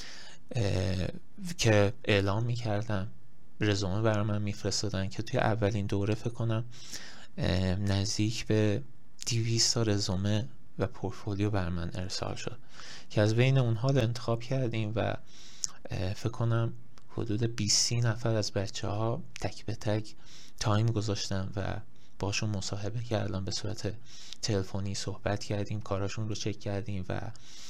که اعلام میکردم، رزومه برای من میفرستادن که توی اولین دوره فکر کنم نزدیک به 200 تا رزومه و پورتفولیو بر من ارسال شد که از بین اونها رو انتخاب کردیم و فکر کنم حدود 20 نفر از بچه ها تک به تک تایم گذاشتم و باشون مصاحبه کردم، به صورت تلفنی صحبت کردیم، کاراشون رو چک کردیم و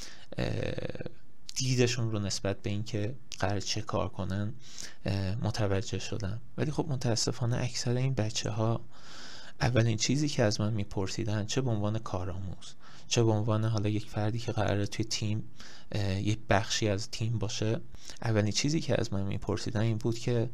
دیدشون رو نسبت به این که قرار چه کار کنن متوجه شدم. ولی خب متاسفانه اکثر این بچه ها اولین چیزی که از من میپرسیدن، چه به عنوان کارآموز چه به عنوان حالا یک فردی که قراره توی تیم یک بخشی از تیم باشه، اولین چیزی که از من میپرسیدن این بود که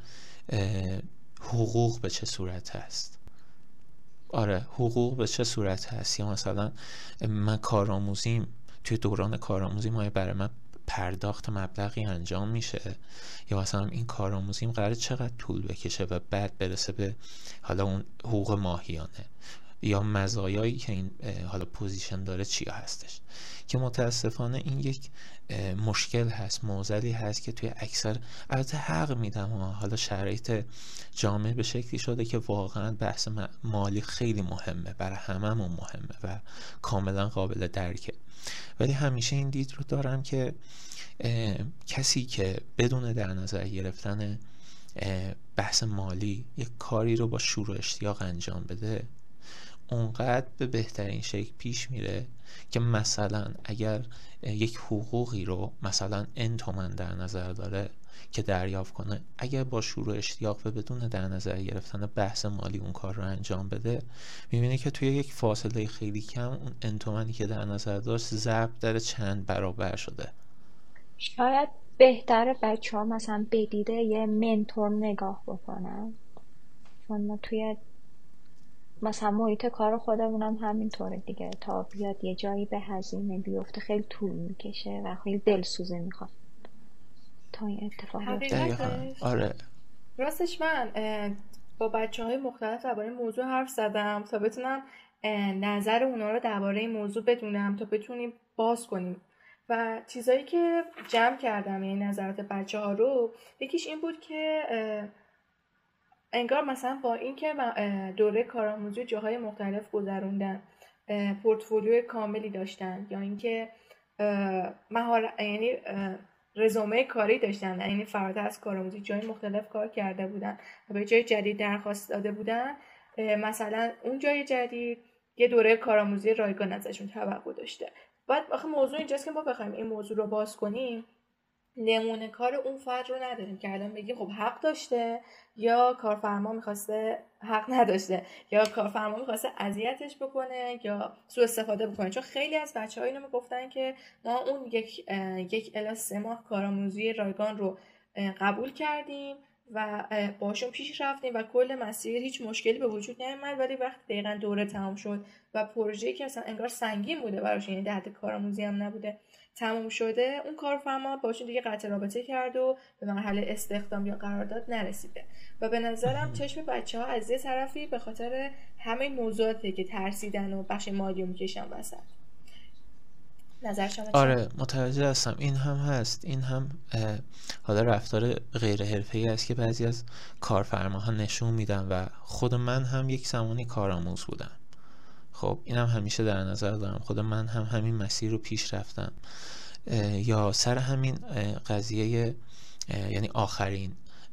حقوق به چه صورت هست. آره، حقوق به چه صورت هست، یا مثلا من کارآموزیم، توی دوران کارآموزی ما برای من پرداخت مبلغی انجام میشه، یا مثلا این کارآموزیم قراره چقدر طول بکشه و بعد برسه به حالا اون حقوق ماهیانه، یا مزایایی که این حالا پوزیشن داره چیا هستش. که متاسفانه این یک مشکل هست، معضلی هست که توی اکثر، البته حق میدم حالا شرایط جامعه به شکلی شده که واقعا بحث مالی خیلی مهمه، برای هممون مهمه و کاملا قابل درکه، ولی همیشه این دید رو دارم که کسی که بدون در نظر گرفتن بحث مالی یک کاری رو با شور و اشتیاق انجام بده، اونقدر به بهترین شکل پیش میره که مثلا اگر یک حقوقی رو مثلا N تومن در نظر داره که دریافت کنه، اگر با شور و اشتیاق و بدون در نظر گرفتن بحث مالی اون کار رو انجام بده، میبینه که توی یک فاصله خیلی کم اون N تومنی که در نظر داشت ضرب در چند برابر شده. شاید بهتره بچه ها مثلا به دیده یه منتور نگاه بکنن، چون ما توی مثلا محیط کار خودمونم همینطوره دیگه، تا بیاد یه جایی به هزینه بیفته خیلی طول میکشه و خیلی دلسوزی میخواد تا این اتفاق بیفته. آره، راستش من با بچه‌های مختلف درباره موضوع حرف زدم تا بتونم نظر اونا رو درباره این موضوع بدونم، تا بتونیم باز کنیم. و چیزایی که جمع کردم، یعنی نظرات بچه‌ها رو، یکیش این بود که انگار مثلا با اینکه دوره کارآموزی جاهای مختلف گذروندن، پورتفولیو کاملی داشتن، یا اینکه مهارت، یعنی رزومه کاری داشتن، یعنی فراتر از کارآموزی جای مختلف کار کرده بودن و به جای جدید درخواست داده بودن، مثلا اون جای جدید یه دوره کارآموزی رایگان ازشون توقع داشته. بعد آخه موضوع اینجاست که ما بخوایم این موضوع رو باز کنیم، نمونه کار اون فرد رو نداریم که الان بگیم خب حق داشته یا کارفرما میخواسته حق نداشته، یا کارفرما میخواسته اذیتش بکنه یا سوء استفاده بکنه. چون خیلی از بچه‌ها اینو میگفتن که ما اون یک الی 3 ماه کارآموزی رایگان رو قبول کردیم و باشون پیش رفتیم و کل مسیر هیچ مشکلی به وجود نیامد، ولی وقتی دقیقاً دوره تمام شد و پروژه‌ای که اصلا انگار سنگین بوده براش، یعنی در حد کارآموزی هم نبوده، تموم شده، اون کارفرما باشون دیگه قطع رابطه کرد و به مرحله استخدام یا قرارداد نرسیده. و به نظرم چشم بچه‌ها از یه طرفی به خاطر همین موضوعاتی که ترسیدن و بخش مالی رو میکشن وسط. نظر شما چیه؟ آره متوجه هستم. این هم هست، این هم حالا رفتار غیر حرفه‌ای است که بعضی از کارفرماها نشون میدن و خود من هم یک زمانی کارآموز بودم. خب اینم همیشه در نظر دارم، خود من هم همین مسیر رو پیش رفتم. یا سر همین قضیه، یعنی آخرین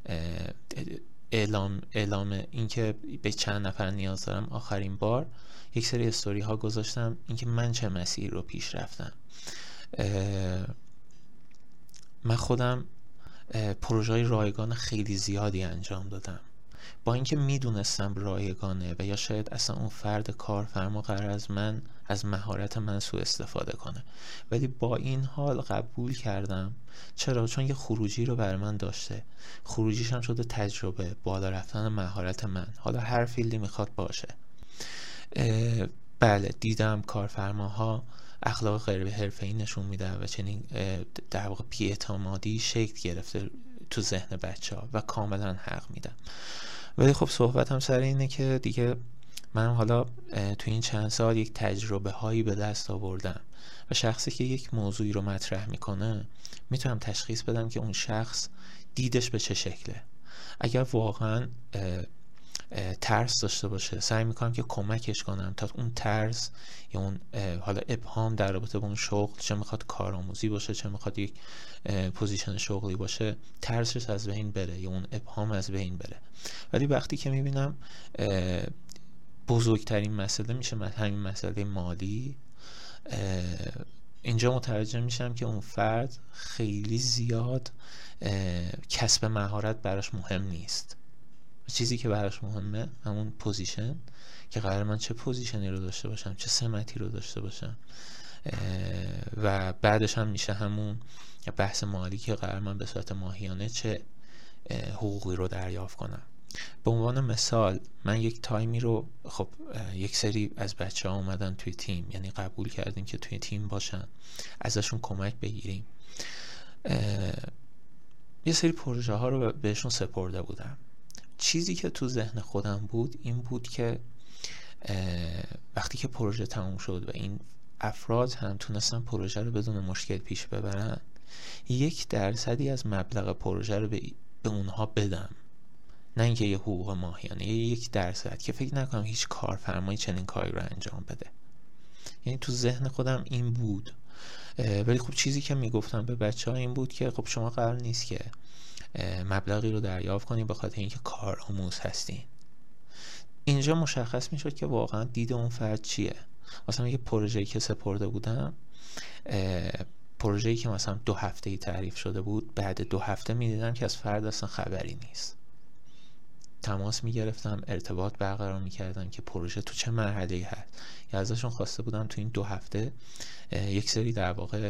اعلام این که به چند نفر نیاز دارم، آخرین بار یک سری استوری ها گذاشتم اینکه من چه مسیر رو پیش رفتم. من خودم پروژه های رایگان خیلی زیادی انجام دادم، با اینکه میدونستم رایگانه و یا شاید اصلا اون فرد کارفرما قرار از مهارت من سوء استفاده کنه، ولی با این حال قبول کردم. چرا؟ چون یه خروجی رو برای من داشته، خروجیش هم شده تجربه، بالا رفتن مهارت من، حالا هر فیلدی میخواد باشه. بله دیدم کارفرماها اخلاق غیر حرفه‌ای نشون میدن و چنین در واقع بی‌اعتمادی شکل گرفته تو ذهن بچه‌ها و کاملا حق میدم. ولی خب صحبتم سر اینه که دیگه من حالا تو این چند سال یک تجربه هایی به دست آوردم و شخصی که یک موضوعی رو مطرح میکنه میتونم تشخیص بدم که اون شخص دیدش به چه شکله. اگر واقعا ترس داشته باشه، سعی میکنم که کمکش کنم تا اون ترس یا اون حالا ابهام در رابطه با اون شغل، چه میخواد کارآموزی باشه چه میخواد یک پوزیشن شغلی باشه، ترسش از بین بره یا اون ابهام از بین بره. ولی وقتی که میبینم بزرگترین مسئله میشه همین مسئله مالی، اینجا متوجه میشم که اون فرد خیلی زیاد کسب مهارت براش مهم نیست. چیزی که براش مهمه همون پوزیشن، که قرار من چه پوزیشنی رو داشته باشم، چه سمتی رو داشته باشم، و بعدش هم میشه همون بحث مالی که قرار من به صورت ماهیانه چه حقوقی رو دریافت کنم. به عنوان مثال من یک تایمی رو، خب یک سری از بچه ها اومدن توی تیم، یعنی قبول کردیم که توی تیم باشن، ازشون کمک بگیریم. یه سری پروژه ها رو بهشون سپرده بودم. چیزی که تو ذهن خودم بود این بود که وقتی که پروژه تموم شد و این افراد هم تونستن پروژه رو بدون مشکل پیش ببرن، 1% از مبلغ پروژه رو به اونها بدم، نه اینکه یه حقوق ماهیانه، 1% که فکر نکنم هیچ کارفرمایی چنین کاری رو انجام بده. یعنی تو ذهن خودم این بود. ولی خب چیزی که میگفتم به بچه ها این بود که خب شما قرار نیست که مبلغی رو دریافت کنید به خاطر اینکه کارآموز هستین. اینجا مشخص میشد که واقعا دید اون فرد چیه. مثلا یه پروژه‌ای که سپرده بودم، پروژه‌ای که مثلا 2 هفته‌ای تعریف شده بود، بعد 2 هفته میدیدم که از فرد اصلا خبری نیست. تماس میگرفتم، ارتباط برقرار میکردم که پروژه تو چه مرحله‌ای هست، یا ازشون خواسته بودم تو این 2 هفته یک سری در واقع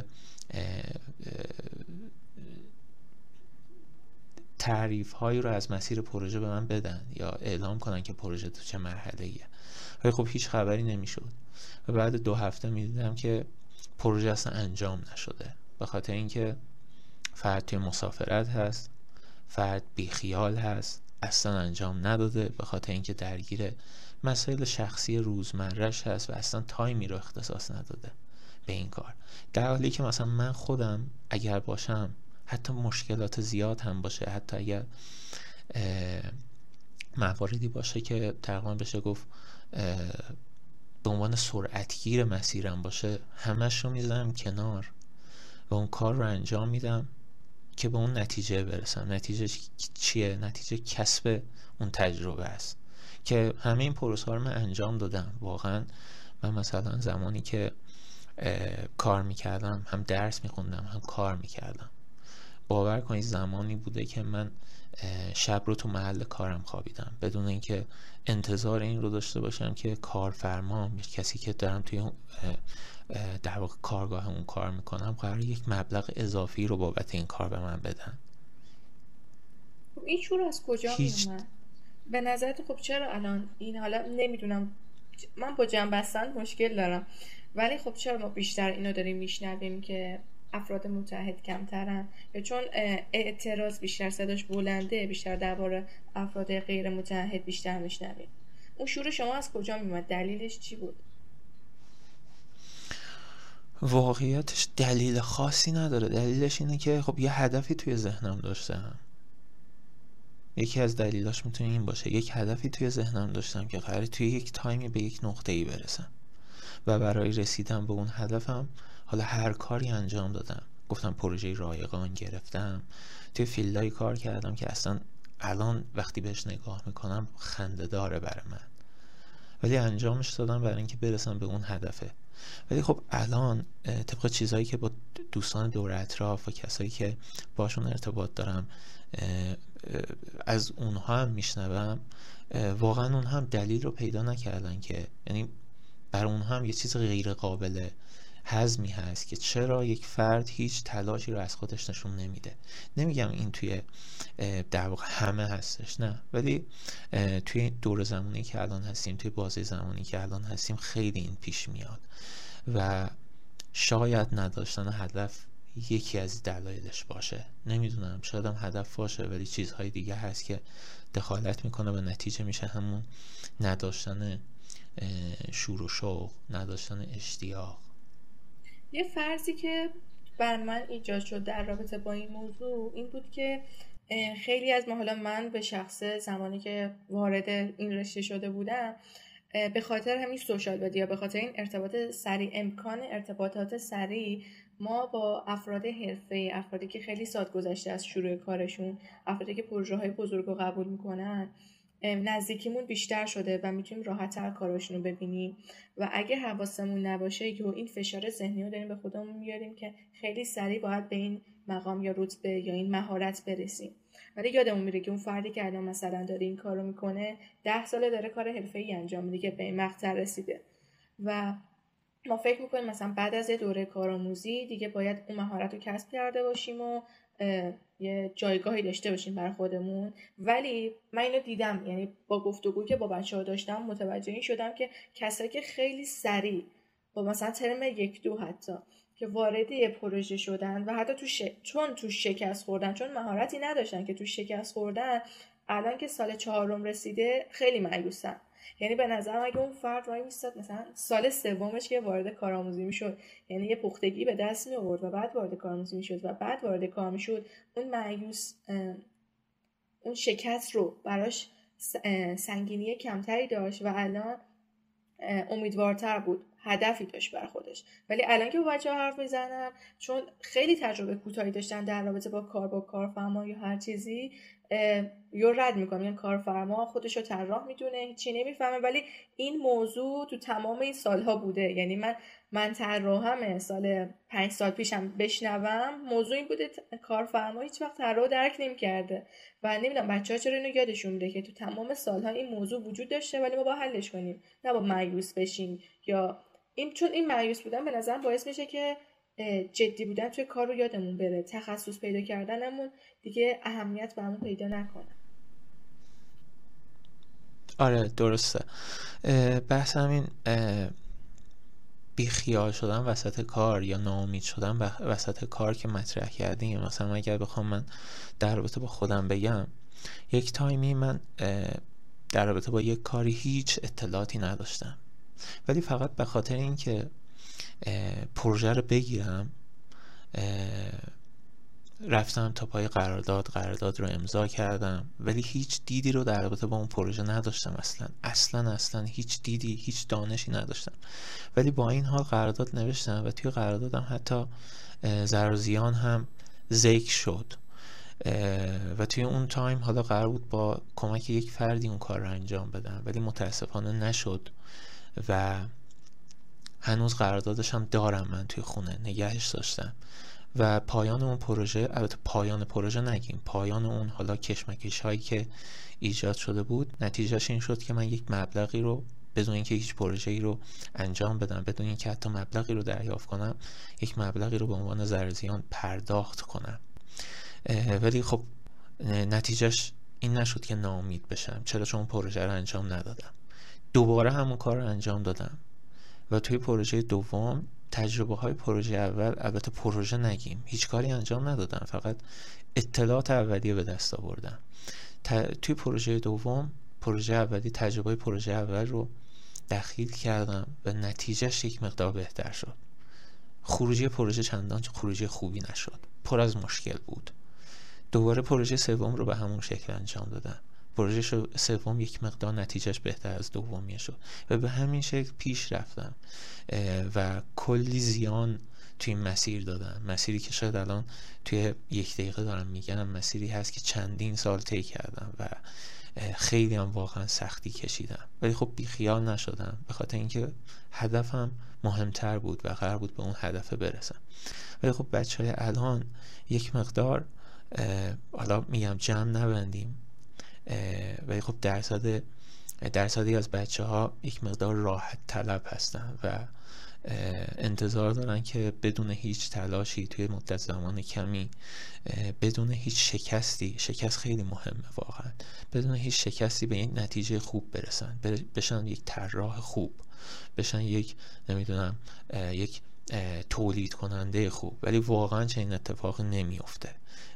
تعریف هایی رو از مسیر پروژه به من بدن یا اعلام کنن که پروژه تو چه مرحله‌ایه. ولی خب هیچ خبری نمیشد و بعد 2 هفته میدیدم که پروژه اصلا انجام نشده، به خاطر اینکه فرد توی مسافرت هست، فرد بیخیال هست، اصلا انجام نداده، به خاطر اینکه درگیر مسائل شخصی روزمره‌اش هست و اصلا تایمی رو اختصاص نداده به این کار. در حالی که مثلا من خودم اگر باشم، حتی مشکلات زیاد هم باشه، حتی اگر مواردی باشه که تقریبا بشه گفت به عنوان سرعتگیر مسیرم باشه، همش رو میذارم کنار و اون کار رو انجام میدم که به اون نتیجه برسم. نتیجه چیه؟ نتیجه کسب اون تجربه است که همه این پروسه رو من انجام دادم. واقعا من مثلا زمانی که کار میکردم، هم درس میخوندم هم کار میکردم، باور کنید زمانی بوده که من شب رو تو محل کارم خوابیدم بدون اینکه انتظار این رو داشته باشم که کارفرما، کسی که دارم توی در واقع کارگاه اون کار میکنم، قرار یک مبلغ اضافی رو بابت این کار به من بدن. این شور از کجا میومد به نظرت؟ خب چرا الان این، حالا نمیدونم، من با جمع بستن مشکل دارم، ولی خب چرا ما بیشتر اینو داریم میشنویم که افراد متحد کمترن، یا چون اعتراض بیشتر صداش بلنده، بیشتر درباره افراد غیر متحد بیشتر میشنویم؟ اون شور شما از کجا میومد؟ دلیلش چی بود؟ واقعیتش دلیل خاصی نداره. دلیلش اینه که خب یه هدفی توی ذهنم داشتم. یکی از دلیلاش میتونه این باشه، یک هدفی توی ذهنم داشتم که قراره توی یک تایمی به یک نقطه‌ای برسم و برای رسیدن به اون هدفم حالا هر کاری انجام دادم. گفتم پروژه رایگان گرفتم، توی فیلدهای کار کردم که اصلا الان وقتی بهش نگاه میکنم خنده داره برای من، ولی انجامش دادم برای اینکه برسم به اون هدفه. ولی خب الان طبق چیزهایی که با دوستان دور اطراف و کسایی که باشون ارتباط دارم از اونها هم میشنوم، واقعا اونها هم دلیل رو پیدا نکردن که، یعنی بر اونها هم یه چیز غیر قابل هضمی هست که چرا یک فرد هیچ تلاشی رو از خودش نشون نمیده. نمیگم این توی در واقع همه هستش، نه، ولی توی دور زمانی که الان هستیم، توی بازه زمانی که الان هستیم، خیلی این پیش میاد و شاید نداشتن هدف یکی از دلایلش باشه. نمیدونم، شاید هم هدف باشه ولی چیزهای دیگه هست که دخالت میکنه و نتیجه میشه همون نداشتن شور و شوق، نداشتن اشتیاق. یه فرضی که بر من ایجاد شد در رابطه با این موضوع این بود که خیلی از ما، حالا من به شخصه زمانی که وارد این رشته شده بودم، به خاطر همین سوشال مدیا، به خاطر این ارتباط سریع، امکان ارتباطات سریع، ما با افراد حرفه‌ای، افرادی که خیلی سال گذشته از شروع کارشون، افرادی که پروژه‌های بزرگ رو قبول میکنن، نزدیکیمون بیشتر شده و میتونیم راحت‌تر کاراشون رو ببینیم و اگه حواسمون نباشه که این فشار ذهنی رو داریم به خودمون میاریم که خیلی سریع باید به این مقام یا رتبه یا این مهارت برسیم، ولی یادمون میره که اون فردی که الان مثلا داره این کارو میکنه 10 ساله داره کار حرفه‌ای انجام میده که به این مقطع رسیده و ما فکر میکنیم مثلا بعد از یه دوره کارآموزی دیگه باید اون مهارت رو کسب کرده باشیم و یه جایگاهی داشته باشیم برای خودمون. ولی من اینو دیدم، یعنی با گفتگو که با بچه‌ها داشتم متوجه این شدم که کسایی که خیلی سریع با مثلا ترم 1-2 حتی که وارد یه پروژه شدن و حتی چون تو شکست خوردن، چون مهارتی نداشتن که تو شکست خوردن، الان که سال 4 رسیده خیلی مایوسن. یعنی به نظرم اگه اون فرد وای میستاد مثلا سال 3 که وارد کارآموزی میشد، یعنی یه پختگی به دست می آورد و بعد وارد کارآموزی میشد و بعد وارد کار میشد، اون مایوس، اون شکست رو براش سنگینی کمتری داشت و الان امیدوارتر بود، هدفی داشت برای خودش. ولی الان که با بچه‌ها حرف میزنم، چون خیلی تجربه کوتاهی داشتن در رابطه با کارفرما یا هر چیزی، یا رد میکنم، یعنی کارفرما خودشو طراح میدونه، هیچی نمیفهمه، ولی این موضوع تو تمام این سالها بوده. یعنی من طراحم سال 5 سال پیشم بشنوم موضوع این بوده کارفرما هیچ وقت طراح درک نمی‌کرده و نمیدونم بچه‌ها چرا اینو یادشون میره که تو تمام سالها این موضوع وجود داشته ولی ما با حلش کنیم، نه با مایوس بشیم. یا این چون این مایوس بودن به نظرم باعث میشه که جدی بودن توی کار رو یادمون بره، تخصص پیدا کردنمون دیگه اهمیت برامون پیدا نکنه. آره درسته. بحث همین بیخیال شدن وسط کار یا ناامید شدن وسط کار که مطرح کردیم، مثلا اگر بخوام من در رابطه با خودم بگم، یک تایمی من در رابطه با یک کاری هیچ اطلاعاتی نداشتم، ولی فقط به خاطر اینکه پروژه رو بگیرم رفتم تا پای قرارداد رو امضا کردم، ولی هیچ دیدی رو در رابطه با اون پروژه نداشتم. اصلا هیچ دیدی، هیچ دانشی نداشتم. ولی با این حال قرارداد نوشتم و توی قراردادم حتی ضرر و زیان هم ذکر شد و توی اون تایم حالا قرار بود با کمک یک فردی اون کار رو انجام بدم، ولی متاسفانه نشد و هنوز قراردادش هم دارم، من توی خونه نگهش داشتم. و پایان اون پروژه، البته پایان پروژه نگیم، پایان اون حالا کشمکش هایی که ایجاد شده بود، نتیجهش این شد که من یک مبلغی رو بدون اینکه هیچ پروژه‌ای رو انجام بدم، بدون اینکه حتی مبلغی رو دریافت کنم، یک مبلغی رو به عنوان ضرر زیان پرداخت کنم. ولی خب نتیجهش این نشد که ناامید بشم، چرا؟ چون پروژه رو انجام ندادم. دوباره همون کار رو انجام دادم و توی پروژه دوم تجربه های پروژه اول، البته پروژه نگیم، هیچ کاری انجام ندادم، فقط اطلاعات اولیه به دست آوردم. توی پروژه دوم، پروژه اولی، تجربه پروژه اول رو دخیل کردم و نتیجهش یک مقدار بهتر شد. خروجی پروژه چندان خروجی خوبی نشد، پر از مشکل بود. دوباره پروژه سوم رو به همون شکل انجام دادم. پروژه سوم یک مقدار نتیجهش بهتر از دومی شد و به همین شکل پیش رفتم و کلی زیان توی این مسیر دادم. مسیری که شاید الان توی 1 دقیقه دارم میگم، مسیری هست که چندین سال طی کردم و خیلی هم واقعا سختی کشیدم، ولی خب بیخیال نشدم، به خاطر اینکه هدفم مهمتر بود و قرار بود به اون هدف برسم. ولی خب بچهای الان یک مقدار، حالا میگم جمع نبندیم، ولی خب درصدی از بچه ها یک مقدار راحت طلب هستن و انتظار دارن که بدون هیچ تلاشی توی مدت زمان کمی، بدون هیچ شکست خیلی مهمه واقعا، بدون هیچ شکستی به یک نتیجه خوب برسن، بشن یک طراح خوب، بشن یک نمیدونم یک تولید کننده خوب. ولی واقعا چنین اتفاقی نمیفته،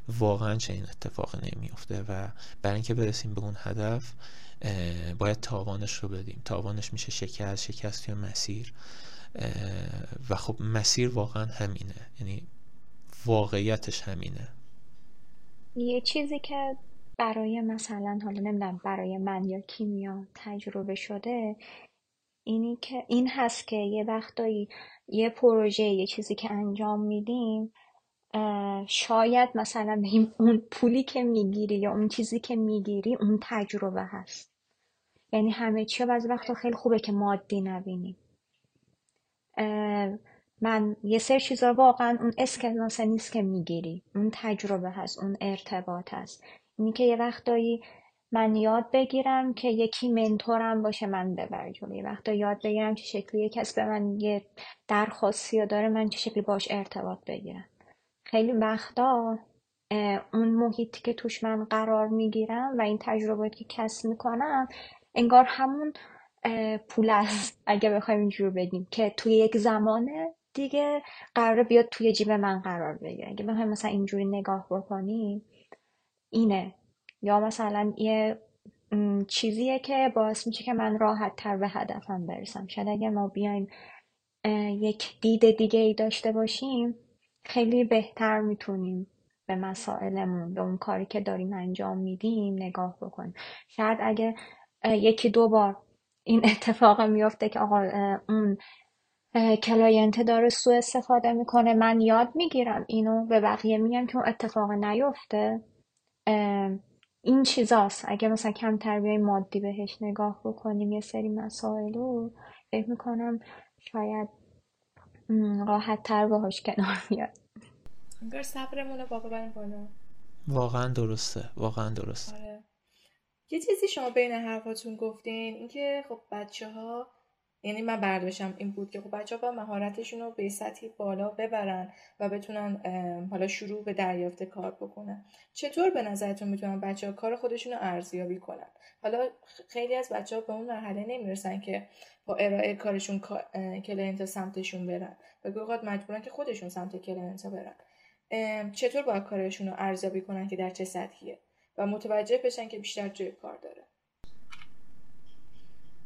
و برای اینکه برسیم به اون هدف باید تاوانش رو بدیم. تاوانش میشه شکست توی مسیر و خب مسیر واقعا همینه، یعنی واقعیتش همینه. یه چیزی که برای مثلا حالا نمیدونم برای من یا کیمیا تجربه شده این هست که یه وقتایی یه پروژه، یه چیزی که انجام میدیم، شاید مثلا اون پولی که میگیری یا اون چیزی که میگیری اون تجربه هست. یعنی همه چی بعضی وقتا خیلی خوبه که مادی نبینیم. من یه سری چیزا واقعا اون اسکناسه نیست که میگیری، اون تجربه هست، اون ارتباط هست. اینی که یه وقتایی من یاد بگیرم که یکی منتورم باشه، من ببره جلو. یه وقتا یاد بگیرم چه شکلی کس به من یه درخواستی داره، من چه شکلی باش ارتباط بگیرم. خیلی وقتا اون محیطی که توش من قرار میگیرم و این تجرباتی که کسب میکنم انگار همون پول است، اگه بخوایم اینجور بگیم، که توی یک زمان دیگه قراره بیاد توی جیب من قرار بگیره. اگه بخوایم مثلا اینجوری نگاه بکنیم اینه. یا مثلا یه چیزیه که باعث میشه که من راحت تر به هدفم برسم. شاید اگه ما بیایم یک دید دیگه ای داشته باشیم خیلی بهتر میتونیم به مسائلمون، به اون کاری که داریم انجام میدیم نگاه بکنیم. شاید اگه 1-2 بار این اتفاق میفته که آقا اون کلاینت داره سوء استفاده میکنه، من یاد میگیرم اینو، به بقیه میگم که اون اتفاق نیفته. این چیزاست. اگه مثلا کم تربیه مادی بهش نگاه بکنیم یه سری مسائل رو، فکر میکنم شاید راحت تر باهاش کنار بیاد. انگار صبرمون رو بابا بریم بالا. واقعا درسته. آره. یه چیزی شما بین حرفاتون گفتین، اینکه خب بچه‌ها، یعنی من برداشتم این بود که خب بچه‌ها با مهارتشون رو به سطحی بالا ببرن و بتونن حالا شروع به دریافت کار بکنن. چطور به نظرتون میتونن بچه‌ها کار خودشون رو ارزیابی کنن؟ حالا خیلی از بچه‌ها به اون مرحله نمیرسن که با ارائه کارشون کلاینت سمتشون برن و گاهی مجبورن که خودشون سمت کلاینت برن. چطور باید کارشون رو ارزیابی کنن که در چه سطحیه و متوجه بشن که بیشتر جای کار داره؟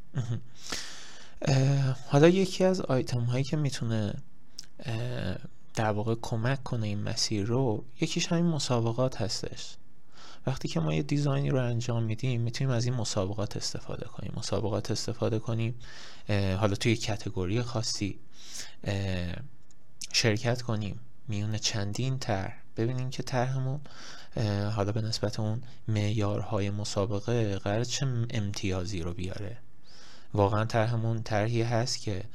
حالا یکی از آیتم هایی که میتونه در واقع کمک کنه این مسیر رو، یکیش همین مسابقات هستش. وقتی که ما یه دیزاینی رو انجام میدیم میتونیم از این مسابقات استفاده کنیم، حالا توی کاتگوری خاصی شرکت کنیم میون چندین طرح، ببینیم که طرحمون حالا به نسبت اون معیارهای مسابقه قرار چه امتیازی رو بیاره. واقعا طرحمون طرحی هست که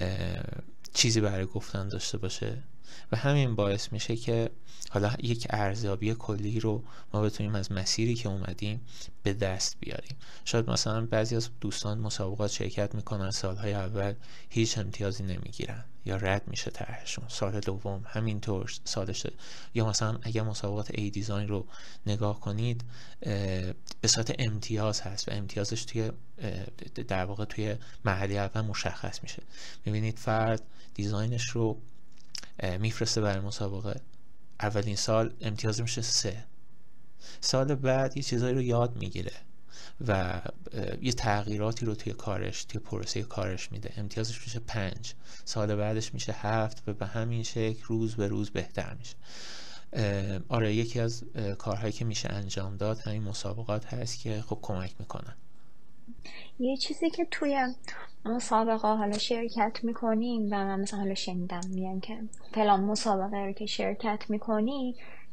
چیزی برای گفتن داشته باشه و همین باعث میشه که حالا یک ارزیابی کلی رو ما بتونیم از مسیری که اومدیم به دست بیاریم. شاید مثلا بعضی از دوستان مسابقات شرکت میکنن، سالهای اول هیچ امتیازی نمیگیرن یا رد میشه طرحشون، سال دوم همینطور، یا مثلا اگر مسابقات ای دیزاین رو نگاه کنید به صورت امتیاز هست و امتیازش توی در واقع توی مرحله اول مشخص میشه. میبینید فرد دیزاینش رو میفرسته برای مسابقه، اولین سال امتیاز میشه 3، سال بعد یه چیزایی رو یاد میگیره و یه تغییراتی رو توی کارش، توی پروسه کارش میده، امتیازش میشه 5، سال بعدش میشه 7 و به همین شکل روز به روز بهتر میشه. آره، یکی از کارهایی که میشه انجام داد همین مسابقات هست که خب کمک میکنن. یه چیزی که توی مسابقه حالا شرکت میکنیم و من مثلا حالا شنیدم میگن که فلان مسابقه رو که شرکت میکنی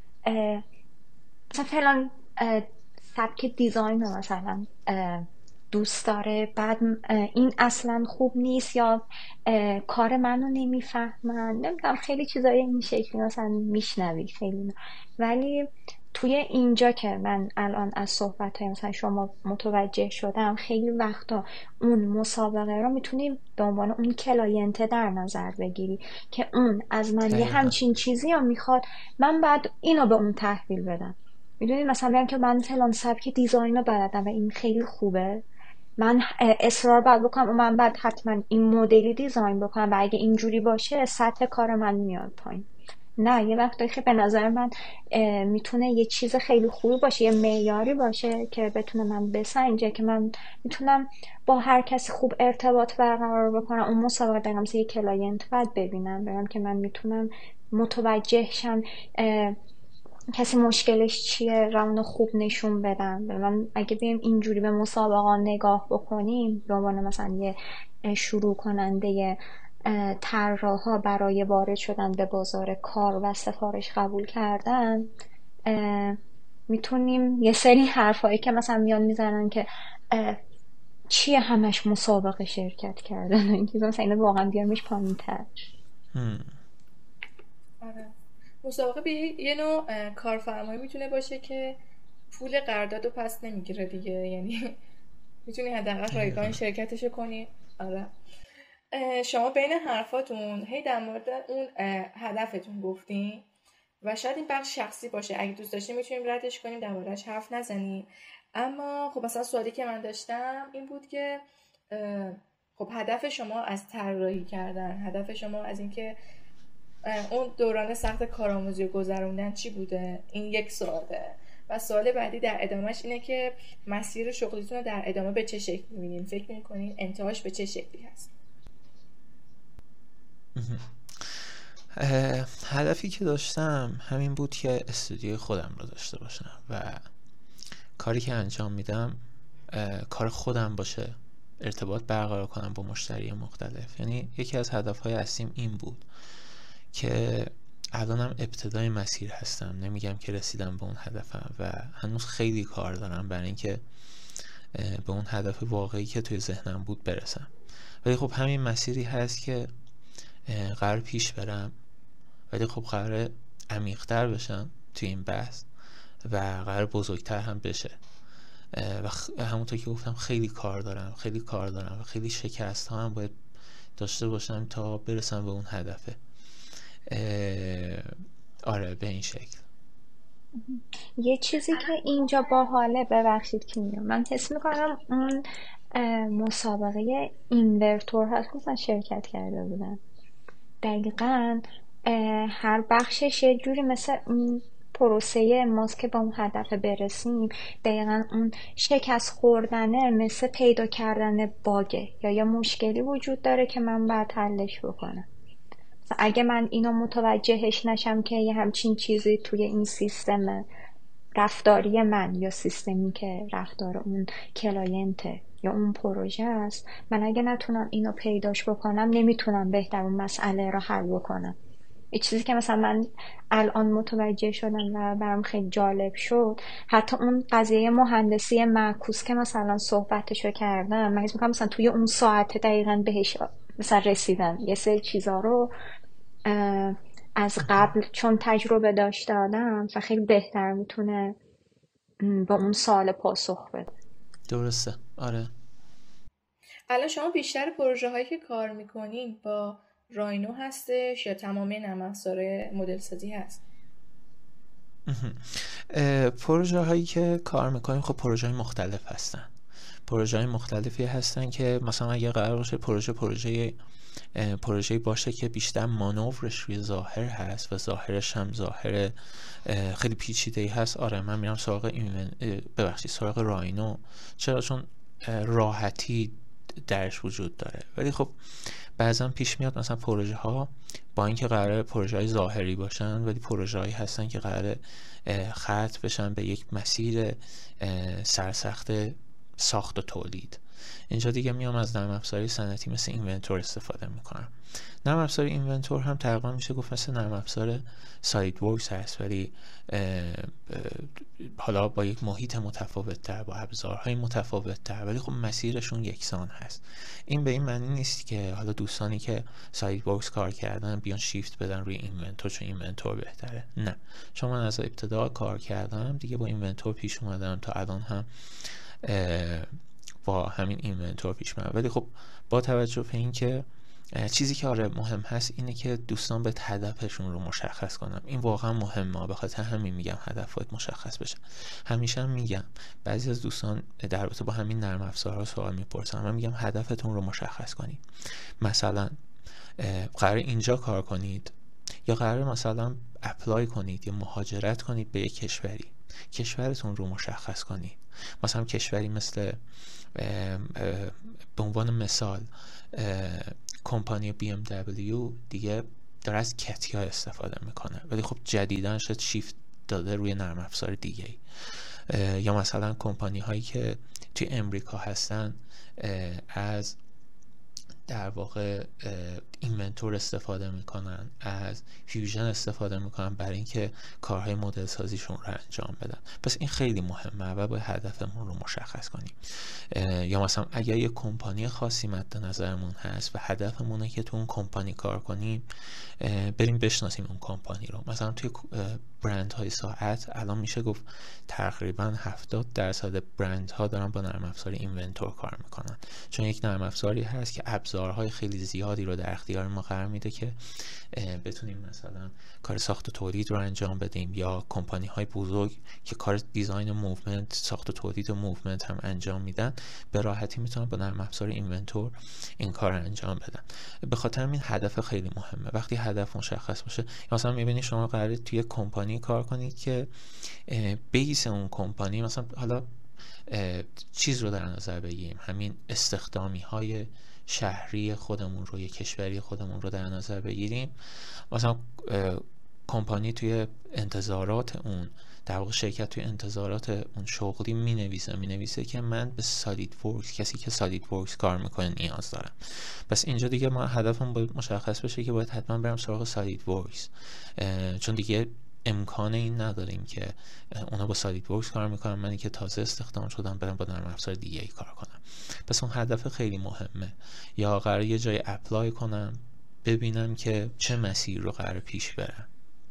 مثلا فلان سبک دیزاین رو مثلا دوست داره، بعد این اصلا خوب نیست یا کار منو نمیفهمن، نمیدونم خیلی چیزای این شکلی مثلا میشنوی خیلی. ولی توی اینجا که من الان از صحبت‌های مثلا شما متوجه شدم، خیلی وقتا اون مسابقه رو میتونی به عنوان اون کلاینت در نظر بگیری که اون از من یه همچین چیزی رو میخواد، من بعد اینو به اون تحویل بدم. میدونید مثلا بگم که من فلان سبک دیزاین رو بلدم و این خیلی خوبه، من اصرار باید بکنم و من بعد حتما این مدلی دیزاین بکنم و اگه اینجوری باشه سطح کار من میاد پایین. نه، یه وقتایی که به نظر من میتونه یه چیز خیلی خوبی باشه، یه معیاری باشه که بتونه من بسنجه، که من میتونم با هر کسی خوب ارتباط برقرار بکنم. اون مسابقه دارم مثل یه کلاینت باید ببینم که من میتونم متوجه شم کسی مشکلش چیه، روانو خوب نشون بدم. من اگه بیم اینجوری به مسابقه نگاه بکنیم به عنوان مثلا یه شروع کننده طراحا برای وارد شدن به بازار کار و سفارش قبول کردن، میتونیم یه سری حرفایی که مثلا میان میزنن که چیه همش مسابقه شرکت کردن این چیزا، مثلا اینو واقعا بیارمش پایین‌تر. آره، مسابقه به یه نوع کارفرمایی میتونه باشه که پول قرارداد رو پس نمیگیره دیگه، یعنی میتونی حداقل رایگان شرکتشو کنی. آره، شما بین حرفاتون هی در مورد اون هدفتون گفتین و شاید این بخش شخصی باشه، اگه دوست داشتین میتونیم ردش کنیم، در موردش حرف نزنیم. اما خب مثلا سوالی که من داشتم این بود که خب هدف شما از طراحی کردن، هدف شما از اینکه اون دوران سخت کارآموزی رو گذروندن چی بوده؟ این یک سواله. و سوال بعدی در ادامهش اینه که مسیر شغلیتون رو در ادامه به چه شکل می‌بینین؟ فکر می‌کنین انتهاش به چه شکلی هست؟ هدفی که داشتم همین بود که استودیوی خودم رو داشته باشم و کاری که انجام میدم کار خودم باشه، ارتباط برقرار کنم با مشتری مختلف. یعنی یکی از هدفهای اصلیم این بود که الانم ابتدای مسیر هستم، نمیگم که رسیدم به اون هدفم و هنوز خیلی کار دارم برای اینکه به اون هدف واقعی که توی ذهنم بود برسم. ولی خب همین مسیری هست که قرار پیش برم، ولی خب قرار عمیق‌تر بشم توی این بحث و قرار بزرگتر هم بشه و همونطور که گفتم خیلی کار دارم و خیلی شکست ها هم باید داشته باشم تا برسم به اون هدفه. آره، به این شکل. یه چیزی که اینجا باحاله، ببخشید که من حس میکنم اون مسابقه اینورتور هست که من شرکت کرده بودم، دقیقاً هر بخشش یه جوری مثل پروسه ماست که با اون هدف برسیم، دقیقاً اون شکست خوردنه مثل پیدا کردن باگه یا یه مشکلی وجود داره که من باید حلش بکنم. اگه من اینو متوجهش نشم که یه همچین چیزی توی این سیستم رفتاری من یا سیستمی که رفتار اون کلاینته یا اون پروژه است، من اگه نتونم اینو پیداش بکنم نمیتونم بهتر اون مسئله رو حل بکنم. یه چیزی که مثلا من الان متوجه شدم و برام خیلی جالب شد، حتی اون قضیه مهندسی معکوس که مثلا صحبتشو کردم، من حس می‌کنم مثلا توی اون ساعت دقیقاً بهش مثلا رسیدم. یه سری چیزا رو از قبل چون تجربه داشته آدم و خیلی بهتر میتونه با اون سوال پاسخ بده. درسته. آره. الان شما بیشتر پروژه هایی که کار میکنین با راینو هستش یا تمامی نرم افزار مدل سازی هست؟ پروژه هایی که کار میکنیم خب پروژه های مختلف هستن. پروژه های مختلفی هستن که مثلا اگه قرار باشه پروژه باشه که بیشتر مانورش روی ظاهر هست و ظاهرش هم ظاهر خیلی پیچیده‌ای هست، آره من میرم سراغ راینو. چرا؟ چون راحتی درش وجود داره. ولی خب بعضا پیش میاد مثلا پروژه ها با اینکه قراره پروژه های ظاهری باشن ولی پروژه هایی هستن که قراره ختم بشن به یک مسیر سرسخت ساخت و تولید. اینجا دیگه میام از نرم افزاری صنعتی مثل اینونتور استفاده میکنم. نرم افزار اینونتور هم تقریبا میشه گفت مثل نرم افزار سایت ورکس هست، ولی حالا با یک محیط متفاوت تر، با ابزارهای متفاوت تر، ولی خب مسیرشون یکسان هست. این به این معنی نیست که حالا دوستانی که سایت ورکس کار کردن بیان شیفت بدن روی اینونتور چون اینونتور بهتره. نه، چون من از ابتدا کار کردم دیگه با اینونتور پیش اومدم، تا الان هم با همین اینونتور پیش میرم. ولی خب با توجه به این که چیزی که آره مهم هست اینه که دوستان به هدفشون رو مشخص کنم. این واقعا مهمه، به خاطر همین میگم هدفات مشخص بشه. همیشه هم میگم بعضی از دوستان در رابطه با همین نرم افزارها سوال میپرسن، من میگم هدفتون رو مشخص کنید. مثلا قرار اینجا کار کنید یا قرار مثلا اپلای کنید یا مهاجرت کنید به یک کشوری، کشورتون رو مشخص کنید. مثلا کشوری مثل به عنوان مثال کمپانی BMW دیگه داره از کتیا استفاده میکنه، ولی خب جدیدن شد شیفت داده روی نرم افزار دیگه. یا مثلا کمپانی هایی که توی امریکا هستن از در واقع اینونتور استفاده میکنن، از فیوژن استفاده میکنن برای اینکه کارهای مدل سازیشون رو انجام بدن. پس این خیلی مهمه و باید هدفمون رو مشخص کنیم. یا مثلا اگر یه کمپانی خاصی مد نظرمون هست و هدفمونه که تو اون کمپانی کار کنیم، بریم بشناسیم اون کمپانی رو. مثلا توی برندهای ساعت الان میشه گفت تقریبا 70% برندها دارن با نرم افزار اینونتور کار میکنن، چون یک نرم افزاری هست که ابزارهای خیلی زیادی رو در اختیار ما قرار میده که بتونیم مثلا کار ساخت و تولید رو انجام بدیم، یا کمپانی های بزرگ که کار دیزاین و موومنت، ساخت و تولید و موومنت هم انجام میدن، به راحتی میتونن با نرم افزار اینونتور این کار رو انجام بدن. به خاطر همین هدف خیلی مهمه. وقتی هدف مشخص باشه، مثلا میبینید شما قراره توی کمپانی کار کنید که بیس اون کمپانی مثلا حالا چیز رو در نظر بگیریم، همین استخدامی های شهری خودمون رو، یا کشوری خودمون رو در نظر بگیریم. مثلا کمپانی توی انتظارات اون، در واقع شرکت توی انتظارات اون شغلی مینویسه که من به سالید ورکس، کسی که سالید ورکس کار میکنه نیاز دارم. پس اینجا دیگه ما هدفم باید مشخص بشه که باید حتما برم سراغ سالید ورکس، چون دیگه امکان این نداریم که اونا با سالید ورکس کار میکنن، منی که تازه استخدام شدم برم با نرم افزار دیگه ای کار کنم. پس اون هدف خیلی مهمه. یا قرار یه جای اپلای کنم، ببینم که چه مسیر رو قرار پیش برم.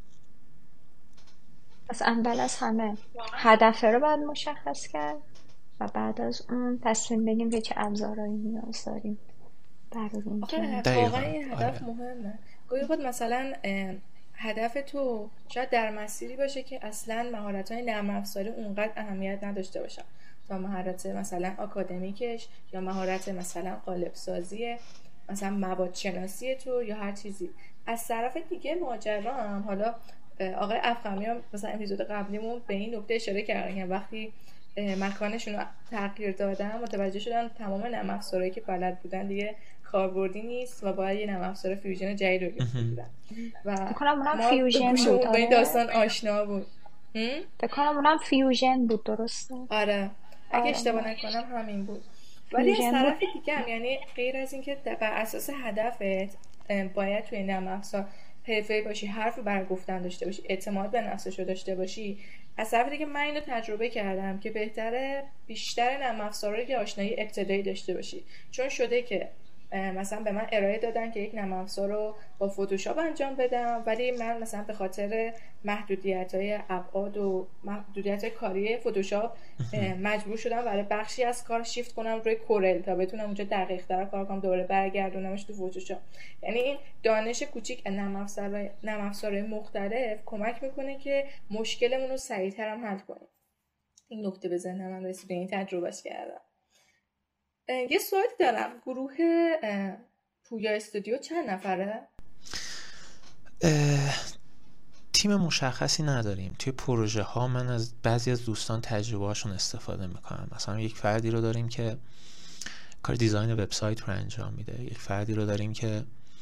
پس اول از همه هدف رو باید مشخص کرد و بعد از اون تصمیم بگیم که چه ابزارهایی نیاز داریم برای اینکه واقعا این هدف مهمه. گاهی خود مثلا هدف تو شاید در مسیری باشه که اصلا مهارت‌های نرم افزاری اونقدر اهمیت نداشته باشن، تا مهارت مثلا آکادمیکش یا مهارت مثلا قالب سازی، مثلا مواد شناسی تو، یا هر چیزی. از طرف دیگه ماجرا هم حالا آقای افخمی هم مثلا اپیزود قبلیمون به این نکته اشاره کردن که وقتی مکانشون رو تغییر دادن متوجه شدن تمام نرم افزارهایی که بلد بودن دیگه کاربردی نیست و باید یه نرم افزار فیوژن جدید رو بگیرن و بکنم اونم ما فیوژن بود. به این داستان آشنا بود. بکنم اونم فیوژن بود، درسته؟ آره اگه اشتباه نکنم همین بود. ولی از طرف دیگه هم یعنی غیر از اینکه بر اساس هدفت باید توی نرم افزار حرفه‌ای باشی، حرفی برای گفتن داشته باشی، اعتماد به نفسشو داشته باشی، از طرف دیگه من اینو تجربه کردم که بهتره بیشتر نرم افزارا رو آشنایی ابتدایی داشته باشی. چون شده که مثلا به من ارائه دادن که یک نرم افزار رو با فتوشاپ انجام بدم، ولی من مثلا به خاطر محدودیت‌های ابعاد و محدودیت‌های کاری فتوشاپ مجبور شدم برای بخشی از کار شیفت کنم روی کورل تا بتونم اونجا دقیق‌تر کار کنم، دوباره برگردونمش تو فتوشاپ. یعنی این دانش کوچیک نرم افزارهای مختلف کمک میکنه که مشکلمون رو سریع‌تر هم حل کنیم. این نکته به ذهنم من رسید، این تجربهش کردم. یه سوالی دارم، گروه پویا استودیو چند نفره؟ تیم مشخصی نداریم. توی پروژه ها من از بعضی از دوستان تجربه هاشون استفاده میکنم. مثلا یک فردی رو داریم که کار دیزاین وبسایت رو انجام میده، یک فردی رو داریم که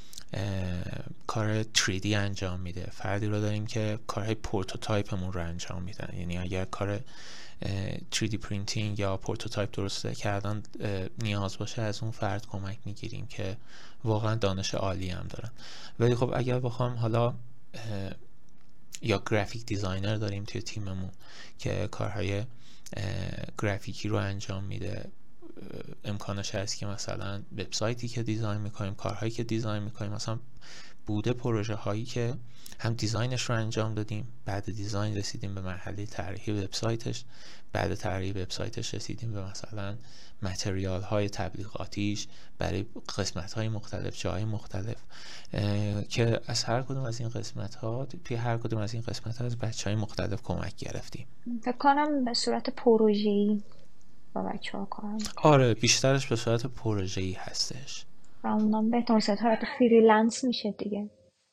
کار 3D انجام میده، فردی رو داریم که کارهای پروتوتایپمون رو انجام میدن. یعنی اگر کار 3D پرینتینگ یا پروتوتایپ درست کردن نیاز باشه از اون فرد کمک میگیریم که واقعا دانش عالی هم دارن. ولی خب اگر بخوام حالا یا گرافیک دیزاینر داریم توی تیممون که کارهای گرافیکی رو انجام میده، امکانش هست که مثلا وبسایتی که دیزاین میکنیم، کارهایی که دیزاین میکنیم، مثلا بوده پروژه هایی که هم دیزاینش رو انجام دادیم، بعد دیزاین رسیدیم به مرحله طراحی وبسایتش، بعد طراحی وبسایتش رسیدیم به مثلا متریال های تبلیغاتیش برای قسمت های مختلف، جای مختلف، که از هر کدوم از این قسمت ها توی هر کدوم از این قسمت ها از بچه های مختلف کمک گرفتیم. فکر کنم به صورت پروژه‌ای با بچه ها کار میکنم. آره بیشترش به صورت پروژه‌ای هستش و اونم به صورت فریلنس میشه دیگه.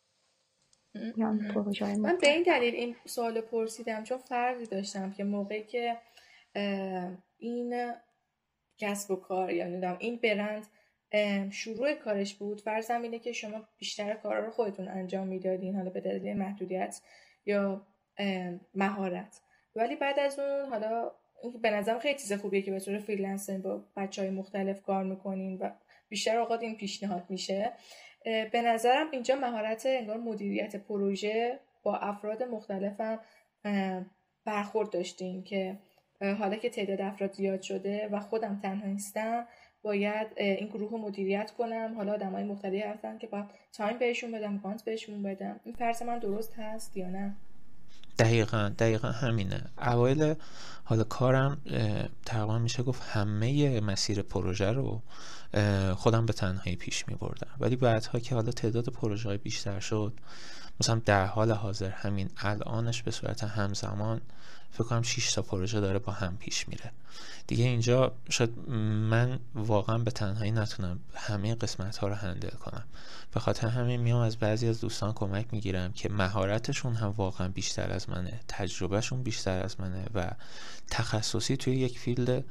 من به این دلیل این سوال پرسیدم چون فردی داشتم که موقعی که این کسب و کار یا نمیدونم این برند شروع کارش بود، فرضم اینه که شما بیشتر کارا رو خودتون انجام میدادین، حالا به دلیل محدودیت یا مهارت، ولی بعد از اون حالا به نظرم خیلی چیز خوبیه که به صورت فریلنس با بچهای مختلف کار میکنین و بیشتر اوقات این پیشنهاد میشه. به نظرم اینجا مهارت انگار مدیریت پروژه با افراد مختلفم برخورد داشتیم که حالا که تعداد افراد زیاد شده و خودم تنها نیستم باید این گروه رو مدیریت کنم. حالا آدمای مختلفی هستن که باید تایم بهشون بدم، گانت بهشون بدم. این فرض من درست هست یا نه؟ دقیقا همینه. اوایل حالا کارم تقریبا میشه گفت همه مسیر پروژه رو خودم به تنهایی پیش می بردم، ولی بعدها که حالا تعداد پروژه های بیشتر شد، مثلا در حال حاضر همین الانش به صورت همزمان فکر کنم 6 تا پروژه داره با هم پیش میره دیگه. اینجا شاید من واقعا به تنهایی نتونم همه قسمت ها رو هندل کنم، به خاطر همین میام از بعضی از دوستان کمک میگیرم که مهارتشون هم واقعا بیشتر از منه، تجربهشون بیشتر از منه و تخصصی توی یک فیلد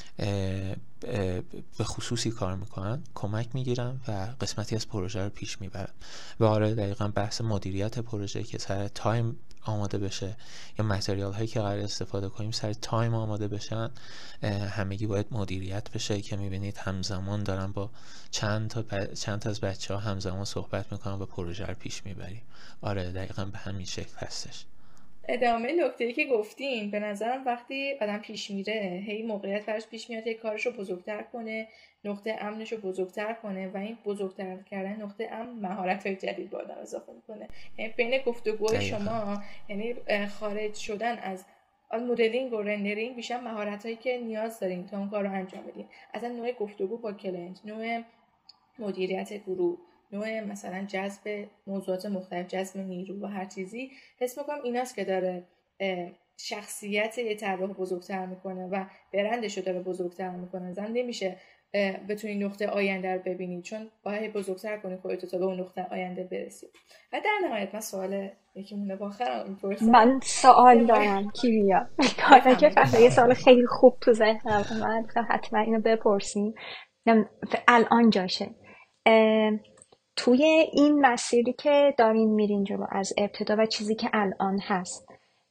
به خصوصی کار میکنن، کمک میگیرم و قسمتی از پروژه رو پیش میبرم. و آره دقیقا بحث مدیریت پروژه که سر تایم آماده بشه یا متریال هایی که قرار استفاده کنیم سر تایم آماده بشن، همگی باید مدیریت بشه که میبینید همزمان دارم با چند تا از بچه ها همزمان صحبت میکنم و پروژه رو پیش میبریم. آره دقیقا به همین شکل هستش. ادامه نکته‌ای که گفتین، به نظرم وقتی آدم پیش میره هی موقعیت براش پیش میاد یک کارشو بزرگتر کنه، نقطه امنشو بزرگتر کنه و این بزرگتر کردن نقطه امن مهارت‌های جدید به آدم اضافه میکنه. یعنی بین گفتگوهای شما یعنی خارج شدن از مدلینگ و رندرینگ بیشتر مهارتایی که نیاز دارین تا اون کار رو انجام بدین. اصلا نوع گفتگو با کلاینت، نوع مدیریت گروه، نوع مثلا جذب موضوعات مختلف، جذب نیرو و هر چیزی، حس میکنم ایناست که داره شخصیت یه طراح بزرگتر میکنه و برندش رو داره بزرگتر میکنه. زن نمیشه بتونی نقطه آینده رو ببینی، چون باید بزرگتر کنی خودتو تا به اون نقطه آینده برسی. و در نهایت من سوال یکی مونده باخرم میپرسم. من سوال دارم کیویا، حالا که یه سوال خیلی خوب تو ذهنم اومد، حتما اینو بپرسیم. الان جاشه توی این مسیری که دارین میرین جلو از ابتدا و چیزی که الان هست،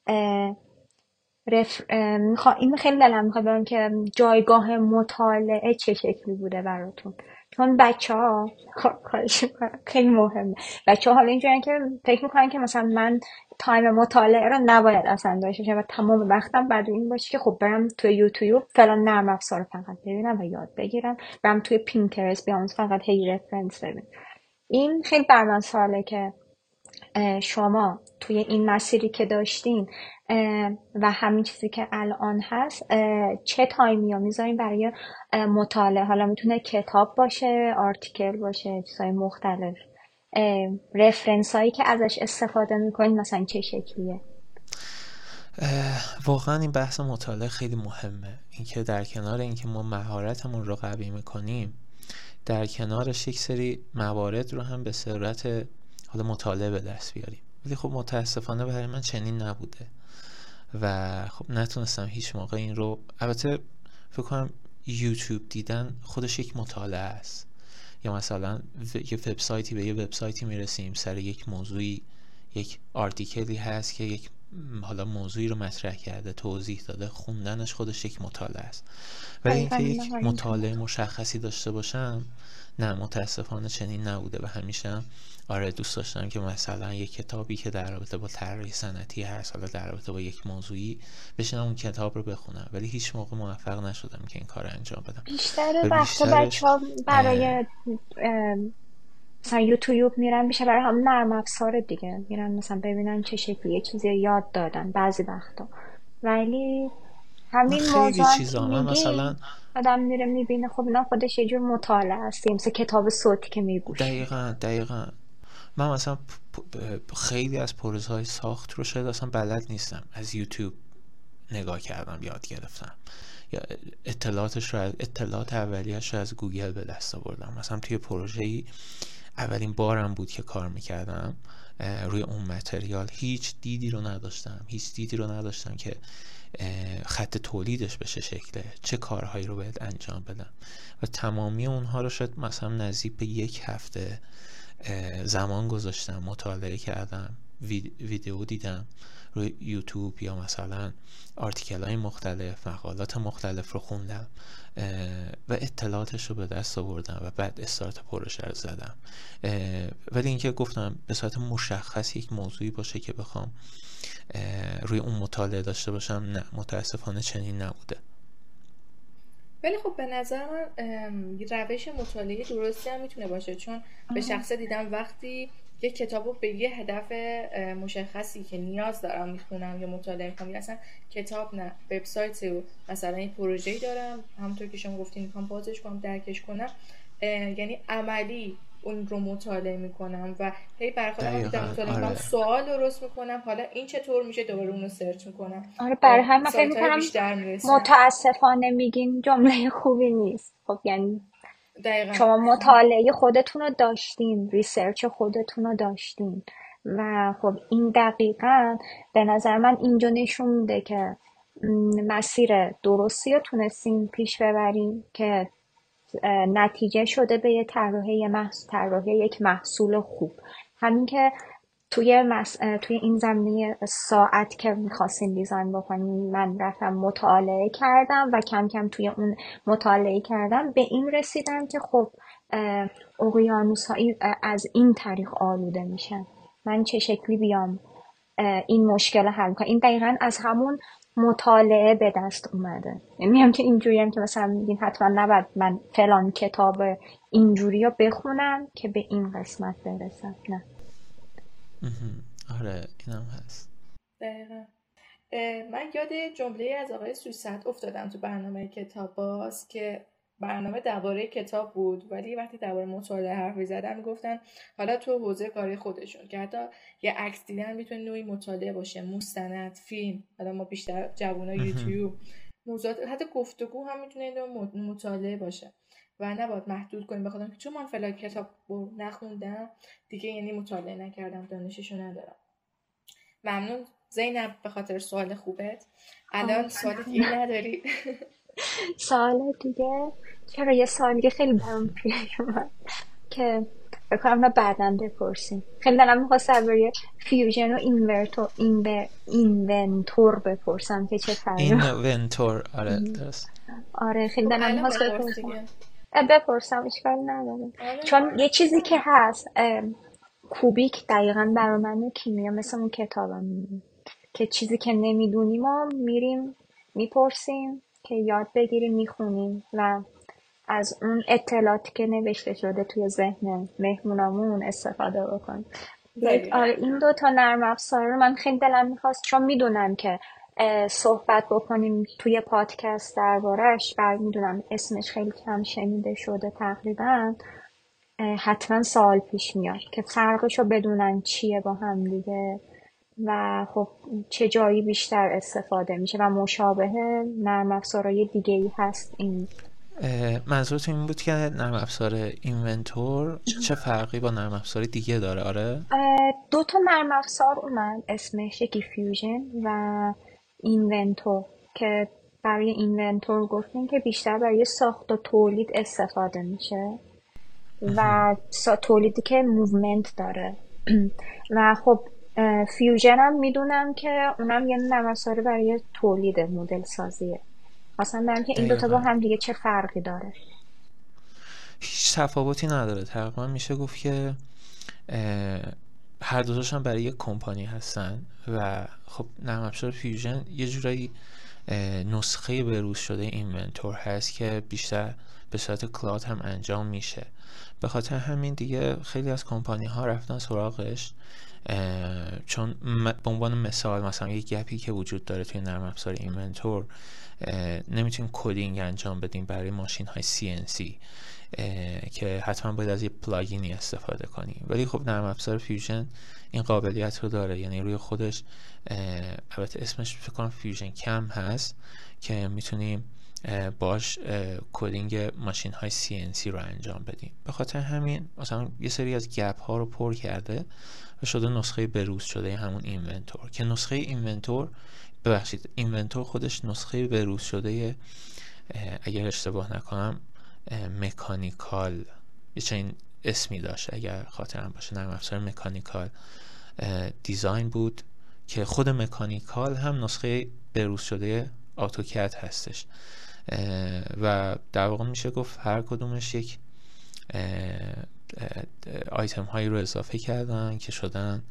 این خیلی دلم میخواد بدونم که جایگاه مطالعه چه شکلی بوده براتون، چون بچه ها خیلی مهمه. بچه ها حالا اینجورن که فکر میکنن که مثلا من تایم مطالعه رو نباید اصلا داشته باشم و تمام وقتم بعد این باشه که خب برم توی یوتیوب فلان نرم افزار رو فقط ببینم و یاد بگیرم، برم توی پینترست بیام فقط هی رفرنس ببینم. این خیلی بر من سواله که شما توی این مسیری که داشتین و همین چیزی که الان هست چه تایمی ها میذارین برای مطالعه؟ حالا میتونه کتاب باشه، آرتیکل باشه، چیزهای مختلف، رفرنس هایی که ازش استفاده میکنین مثلا چه شکلیه؟ واقعا این بحث مطالعه خیلی مهمه. اینکه در کنار اینکه ما مهارتمون رو قوی میکنیم، در کنارش یک سری موارد رو هم به صورت حالا مطالعه به دست بیاریم. ولی خب متاسفانه برای من چنین نبوده و خب نتونستم هیچ موقع این رو. البته فکر کنم یوتیوب دیدن خودش یک مطالعه است، یا مثلا یه وبسایتی به یه وبسایتی میرسیم سر یک موضوعی، یک آرتیکلی هست که یک حالا موضوعی رو مطرح کرده، توضیح داده، خوندنش خودش یک مطالعه است. ولی اینکه یک مطالعه مشخصی داشته باشم، نه متاسفانه چنین نبوده و همیشه آره دوست داشتم که مثلا یک کتابی که در رابطه با طراحی صنعتی هست، حالا در رابطه با یک موضوعی، بشینم اون کتاب رو بخونم، ولی هیچ موقع موفق نشدم که این کار انجام بدم. بیشتر وقتا بچه‌ها برای مثلا یوتیوب میرن، بیشتر برای هم نرم افزار دیگه میرن مثلا ببینن چه شکلی یه چیزی یاد دادن بعضی وقتا. ولی همین خیلی چیزا من مثلا آدم میره میبینه خب اینا خودش یه جور مطالعه است، مثل کتاب صوتی که میگوشی. دقیقاً من مثلا خیلی از پروژه‌های ساخت رو شاید اصلا بلد نیستم، از یوتیوب نگاه کردم یاد گرفتم، یا اطلاعات اولیه‌اش رو از گوگل به دست آوردم. مثلا توی پروژه‌ای اولین بارم بود که کار میکردم روی اون متریال، هیچ دیدی رو نداشتم که خط تولیدش به چه شکله، چه کارهایی رو باید انجام بدم و تمامی اونها رو شاید مثلا نزدیک به 1 هفته زمان گذاشتم، مطالعه کردم، ویدیو دیدم روی یوتیوب، یا مثلا آرتیکل های مختلف، مقالات مختلف رو خوندم و اطلاعاتش رو به دست آوردم و بعد استارت پروژه رو زدم. ولی اینکه گفتم به صورت مشخص یک موضوعی باشه که بخوام روی اون مطالعه داشته باشم، نه متاسفانه چنین نبوده. ولی خب به نظر من روش مطالعه درستی هم میتونه باشه، چون به شخصه دیدم وقتی یک کتاب رو به یه هدف مشخصی که نیاز دارم میخونم یا مطالعه میکنم، اصلا کتاب نه، وبسایت رو مثلا این پروژه‌ای دارم همونطور که شما گفتین میخوام بازش کنم، درکش کنم، یعنی عملی اون رو مطالعه میکنم و هی برخلاف دیدم مطالعه میکنم سوال درست میکنم، حالا این چطور میشه، دوباره اون رو سرچ میکنم. آره برای همین فکر میکنم متاسفانه میگین جمله خوبی نیست. خب یعنی دقیقا. شما مطالعه خودتون رو داشتین، ریسرچ خودتون رو داشتین و خب این دقیقاً به نظر من اینجا نشون میده که مسیر درستی رو تونستین پیش ببرین که نتیجه شده به یه طراحی یک محصول خوب. همین که توی این زمینه ساعت که میخواستین دیزاین بکنین، من رفتم مطالعه کردم و کم کم توی اون مطالعه کردم به این رسیدم که خب اقیانوس‌هایی از این طریق آلوده میشن، من چه شکلی بیام این مشکل حل کنم. این دقیقاً از همون مطالعه به دست اومده. یعنی هم که اینجوری هم که مثلا میگین حتما نباید من فلان کتاب اینجوری رو بخونم که به این قسمت برسم، نه. آره اینم هست. دقیقا. من یاد جمله از آقای سوسد افتادم تو برنامه کتاب باز که برنامه درباره کتاب بود، ولی وقتی درباره مطالعه حرف می‌زدن میگفتن حالا تو حوزه کاری خودشون که حتی یه عکس دیدن میتونه نوعی مطالعه باشه، مستند، فیلم، حالا ما بیشتر جوونا یوتیوب، موضوعات، حتی گفتگو هم میتونه نوع مطالعه باشه و نباید محدود کنیم بخاطر که چون من فلان کتاب رو نخوندم دیگه یعنی مطالعه نکردم، دانششو ندارم. ممنون زینب به خاطر سوال خوبت. الان سوال دیگه نداری؟ سوال دیگه؟ چرا یه سوال دیگه خیلی برام پیش اومد که بکنم بعداً بپرسیم. خیلی دلم میخواست درباره فیوژن و اینونتور بپرسم که چه فرقی. اینونتور، آره درست. آره خیلی دلم میخواست بپرسم اشکال نداره. چون یه چیزی که هست کوبیک دقیقاً برای من کیمیا مثل اون کتابم که چیزی که نمیدونیم ما میریم میپرسیم که یاد بگیریم میخونیم و از اون اطلاعاتی که نوشته شده توی ذهن مهمونامون استفاده بکنیم. این 2 تا نرم افزار رو من خیلی دلم میخواست، چون میدونم که صحبت بکنیم توی پادکست دربارش، بعد میدونم اسمش خیلی کم شنیده شده تقریبا، حتما سوال پیش میاد که فرقشو بدونن چیه با هم دیگه و خب چه جایی بیشتر استفاده میشه و مشابه نرم افزارهای دیگه ای هست. این منظورت این بود که نرم افزار اینونتور چه فرقی با نرم افزار دیگه داره؟ آره 2 تا نرم افزار اومد اسمش، یکی فیوژن و اینونتور، که برای اینونتور گفتیم که بیشتر برای ساخت و تولید استفاده میشه و تولیدی که موومنت داره و خب فیوژن هم میدونم که اونم یه نرم افزار برای تولید مدل سازیه. اصلا دارم که این 2 تا با هم دیگه چه فرقی داره؟ هیچ تفاوتی نداره، تقریبا میشه گفت که هر دوتاشون برای یک کمپانی هستن و خب نرم افزار فیوژن یه جورایی نسخه بروز شده اینونتور هست که بیشتر به صورت کلاود هم انجام میشه. به خاطر همین دیگه خیلی از کمپانی ها رفتن سراغش، چون به عنوان مثال مثلا یک گپی که وجود داره توی نرم افزار اینونتور، نمیتونیم کدینگ انجام بدیم برای ماشین های CNC که حتما باید از یه پلاگینی استفاده کنیم، ولی خب نرم افزار فیوژن این قابلیت رو داره، یعنی روی خودش البته اسمش فکر کنم فیوژن کم هست که میتونیم باش کدینگ ماشین های CNC رو انجام بدیم. به خاطر همین مثلا یه سری از گپ ها رو پر کرده و شده نسخه بروز شده همون اینونتور، که نسخه اینونتور خودش نسخه بروز شده اگر اشتباه نکنم مکانیکال یه چنین اسمی داشت اگر خاطرم باشه، نرم افزار مکانیکال دیزاین بود که خود مکانیکال هم نسخه بروز شده اتوکد هستش و در واقع میشه گفت هر کدومش یک آیتم هایی رو اضافه کردن که شدن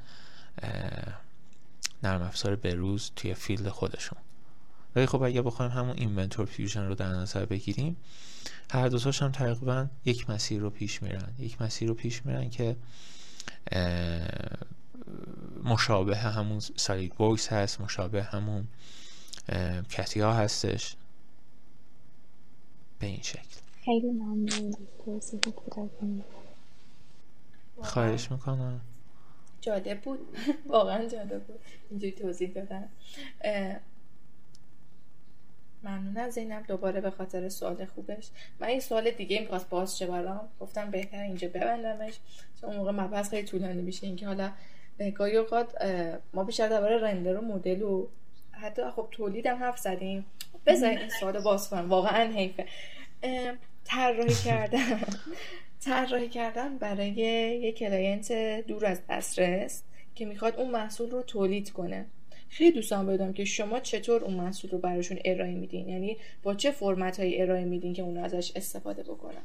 نرم افزار بروز توی فیلد خودشون. ولی خب اگه بخوایم همون اینونتور فیوژن رو در نظر بگیریم، هر دوتاش هم تقریبا یک مسیر رو پیش میرن که مشابه همون سالید ورکس هست، مشابه همون کتیا هستش به این شکل. خیلی ممنون توضیحی که دادین. خواهش میکنم. جالب بود واقعا جالب بود اینجوری توضیح دادن. ممنون از زینب دوباره به خاطر سوال خوبش. من یه سوال دیگه می‌خواست باز شه برام، گفتم بهتره اینجا ببندمش چون اون موقع مبحث خیلی طولانی میشه. اینکه حالا گاهی اوقات ما بیشتر درباره رندر و مدل و حتی خب تولید هم حرف زدیم. بذارید این سوالو باز کنم، واقعا حیفه. طراحی کردن برای یک کلاینت دور از دسترس که میخواد اون محصول رو تولید کنه. خیلی دوستان بدونم که شما چطور اون محصول رو براشون ارائه میدین، یعنی با چه فرمت هایی ارائه میدین که اون ازش استفاده بکنن؟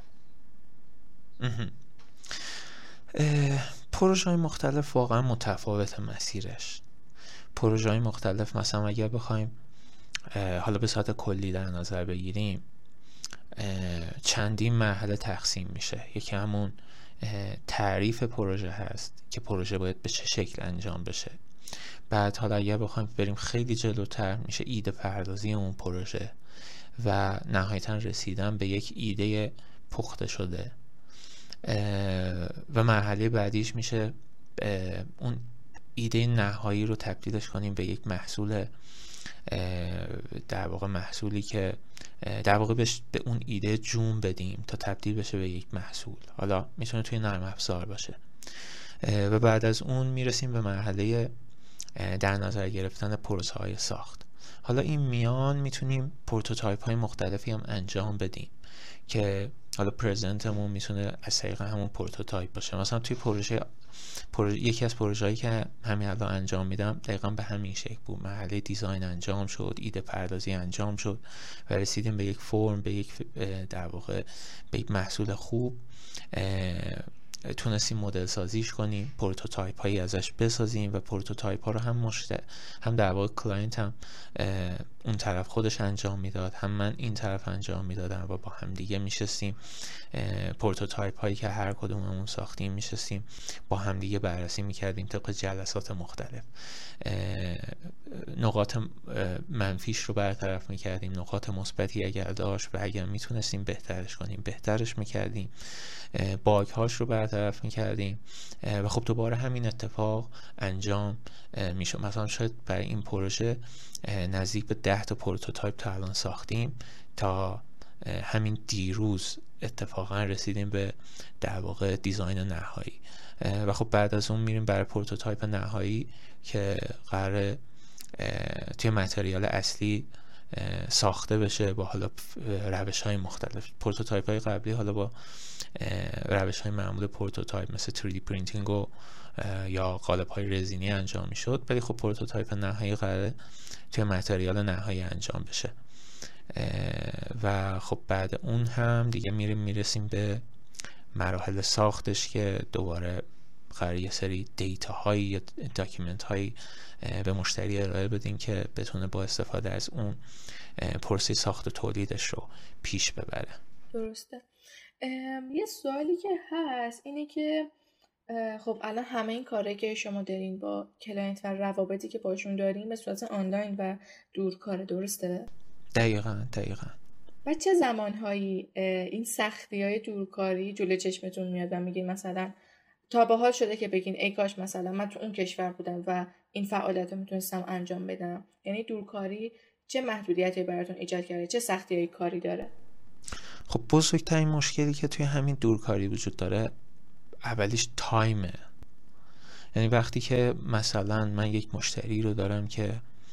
پروژه های مختلف واقعا متفاوت مسیرش. پروژه های مختلف مثلا اگر بخوایم حالا به صورت کلی در نظر بگیریم، چندین مرحله تقسیم میشه. یکی همون تعریف پروژه هست که پروژه باید به چه شکل انجام بشه. بعد حالا اگر بخوایم بریم خیلی جلوتر، میشه ایده پردازی اون پروژه و نهایتا رسیدن به یک ایده پخته شده و مرحله بعدیش میشه اون ایده نهایی رو تبدیلش کنیم به یک محصول، در واقع محصولی که در واقع به اون ایده جون بدیم تا تبدیل بشه به یک محصول. حالا میتونه توی نرم افزار باشه و بعد از اون میرسیم به مرحله در نظر گرفتن پروسه های ساخت. حالا این میان میتونیم پروتوتایپ های مختلفی هم انجام بدیم که حالا پرزنتمون میتونه از طریق همون پروتوتایپ باشه. مثلا توی یکی از پروژه‌هایی که همین الان انجام میدم دقیقا به همین شکل بود. مرحله دیزاین انجام شد، ایده پردازی انجام شد و رسیدیم به یک فرم، به یک در واقع به یک محصول خوب. تونستیم مدل سازیش کنیم، پروتوتایپ هایی ازش بسازیم و پروتوتایپ ها رو هم در واقع کلاینت هم اون طرف خودش انجام میداد، هم من این طرف انجام میدادم و با هم دیگه میشستیم پروتوتایپ هایی که هر کدوممون ساختیم میشستیم با هم دیگه بررسی میکردیم طبق جلسات مختلف. نقاط منفیش رو برطرف میکردیم، نقاط مثبتی اگر داشت و اگر میتونستیم بهترش کنیم بهترش میکردیم، باگ هاش رو برطرف میکردیم و خب دوباره همین اتفاق انجام میشه. مثلا شاید برای این پروژه نزدیک به 10 تا پروتوتایپ تا الان ساختیم، تا همین دیروز اتفاقا رسیدیم به در واقع دیزاین نهایی و خب بعد از اون میریم برای پروتوتایپ نهایی که قراره توی متریال اصلی ساخته بشه با حالا روش های مختلف. پروتوتایپ های قبلی حالا با روش های معمول پروتوتایپ مثل 3D پرینتینگ و یا قالب های رزینی انجام می شد، ولی خب پروتوتایپ نهایی قراره توی متریال نهایی انجام بشه و خب بعد اون هم دیگه میرسیم به مراحل ساختش که دوباره قراره یه سری دیتا هایی یا داکیومنت هایی به مشتری ارائه بدیم که بتونه با استفاده از اون پروسه ساخت و تولیدش رو پیش ببره. درسته. یه سوالی که هست اینه که خب الان همه این کاره که شما دارین با کلاینت و روابطی که باشون دارین به صورت آنلاین و دورکاره، درسته؟ دقیقاً. و چه زمانهایی این سختی‌های دورکاری جلوی چشمتون میاد و میگین مثلا تا به حال شده که بگین ای کاش مثلا من تو اون کشور بودم و این فعالیت رو میتونستم انجام بدم؟ یعنی دورکاری چه محدودیتی براتون ایجاد کرده؟ چه سختی‌های کاری داره؟ خب بزرگترین مشکلی که توی همین دورکاری وجود داره اولیش تایمه. یعنی وقتی که مثلا من یک مشتری رو دارم که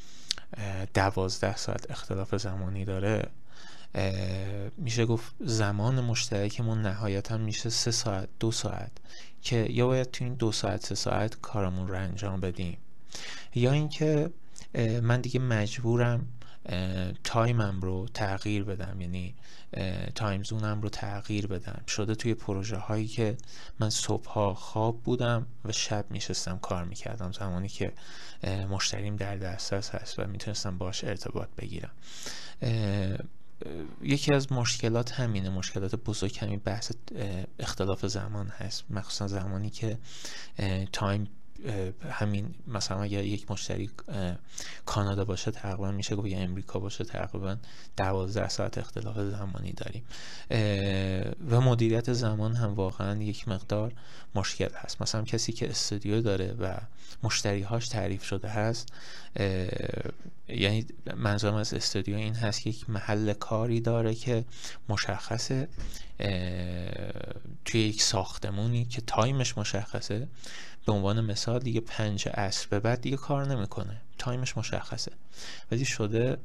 12 ساعت اختلاف زمانی داره، میشه گفت زمان مشترکمون نهایتا میشه 3 ساعت 2 ساعت که یا باید تو این 2 ساعت 3 ساعت کارمون رو انجام بدیم، یا اینکه من دیگه مجبورم تایمم رو تغییر بدم، یعنی تایم زونم رو تغییر بدم. شده توی پروژه هایی که من صبحها خواب بودم و شب میشستم کار میکردم، زمانی که مشتریم در دسترس هست و میتونستم باش ارتباط بگیرم. یکی از مشکلات همینه، مشکلات بزرگ همین بحث اختلاف زمان هست، مخصوصا زمانی که تایم همین مثلا اگر یک مشتری کانادا باشه تقریبا میشه گفت یا امریکا باشه تقریبا 12 ساعت اختلاف زمانی داریم و مدیریت زمان هم واقعا یک مقدار مشکل هست. مثلا کسی که استودیو داره و مشتریهاش تعریف شده هست، یعنی منظورم از استودیو این هست که یک محل کاری داره که مشخصه توی یک ساختمونی که تایمش مشخصه، به عنوان مثال دیگه 5 عصر به بعد دیگه کار نمیکنه، تایمش مشخصه. ولی شده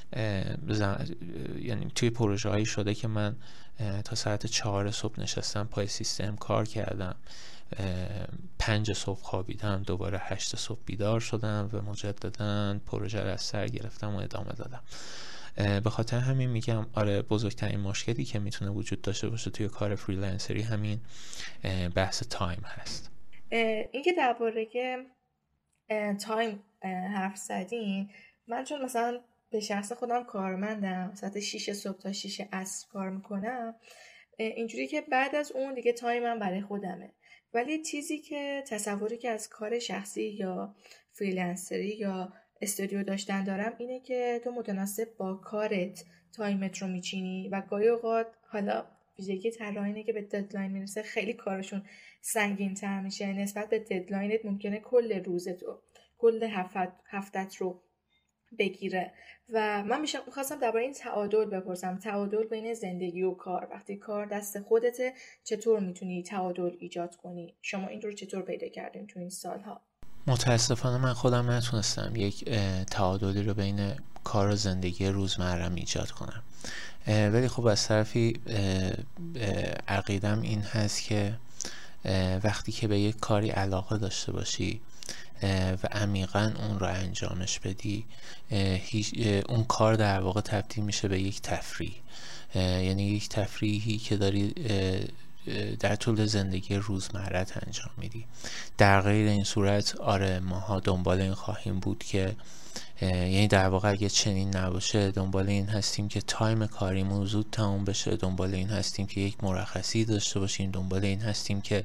یعنی توی پروژه هایی شده که من تا ساعت 4 صبح نشستم پای سیستم کار کردم، 5 صبح خوابیدم، دوباره 8 صبح بیدار شدم و مجددا پروژه رو از سر گرفتم و ادامه دادم. به خاطر همین میگم آره بزرگترین مشکلی که میتونه وجود داشته باشه توی کار فریلنسری همین بحث تایم هست. اینکه درباره تایم حرف زدین، من چون مثلا به شخص خودم کارمندم، ساعت 6 صبح تا 6 عصر کار میکنم، اینجوری که بعد از اون دیگه تایمم برای خودمه. ولی چیزی که تصوری که از کار شخصی یا فریلنسری یا استودیو داشتن دارم اینه که تو متناسب با کارت تایمت رو میچینی و گاهی اوقات حالا ویژگی طراح اینه که به ددلاین میرسه خیلی کارشون سنگین تر میشه نسبت به ددلاینت، ممکنه کل روزت رو کل هفتت رو بگیره. و من میخواستم درباره این تعادل بپرسم، تعادل بین زندگی و کار. وقتی کار دست خودته چطور میتونی تعادل ایجاد کنی؟ شما این رو چطور پیدا کردین تو این سالها؟ متاسفانه من خودم نتونستم یک تعادلی رو بین کار و زندگی روزمرم ایجاد کنم، ولی خب از طرفی عقیدم این هست که وقتی که به یک کاری علاقه داشته باشی و عمیقاً اون رو انجامش بدی، اون کار در واقع تبدیل میشه به یک تفریح، یعنی یک تفریحی که داری در طول زندگی روزمرت انجام میدی. در غیر این صورت آره ماها دنبال این خواهیم بود که یعنی در واقع اگه چنین نباشه دنبال این هستیم که تایم کاریمون زود تموم بشه، دنبال این هستیم که یک مرخصی داشته باشیم، دنبال این هستیم که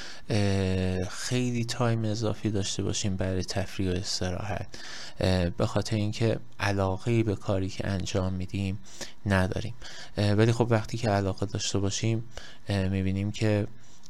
خیلی تایم اضافی داشته باشیم برای تفریح و استراحت، به خاطر اینکه علاقه‌ای به کاری که انجام میدیم نداریم. ولی خب وقتی که علاقه داشته باشیم میبینیم که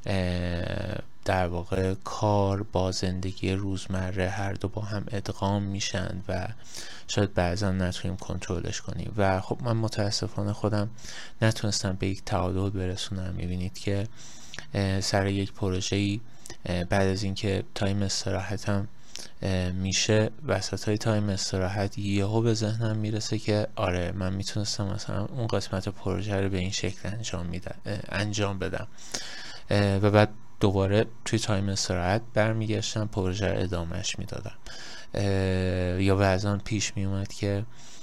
در واقع کار با زندگی روزمره هر دو با هم ادغام میشن و شاید بعضا نتونیم کنترلش کنیم و خب من متاسفانه خودم نتونستم به یک تعادل برسونم. میبینید که سر یک پروژه‌ای بعد از اینکه تایم استراحتم میشه، وسطای تایم استراحت یهو به ذهنم میرسه که آره من میتونستم مثلا اون قسمت پروژه رو به این شکل انجام بدم و بعد دوباره توی تایم استراحت برمیگشتم پروژه رو ادامهش میدادم. یا بعضا پیش میومد که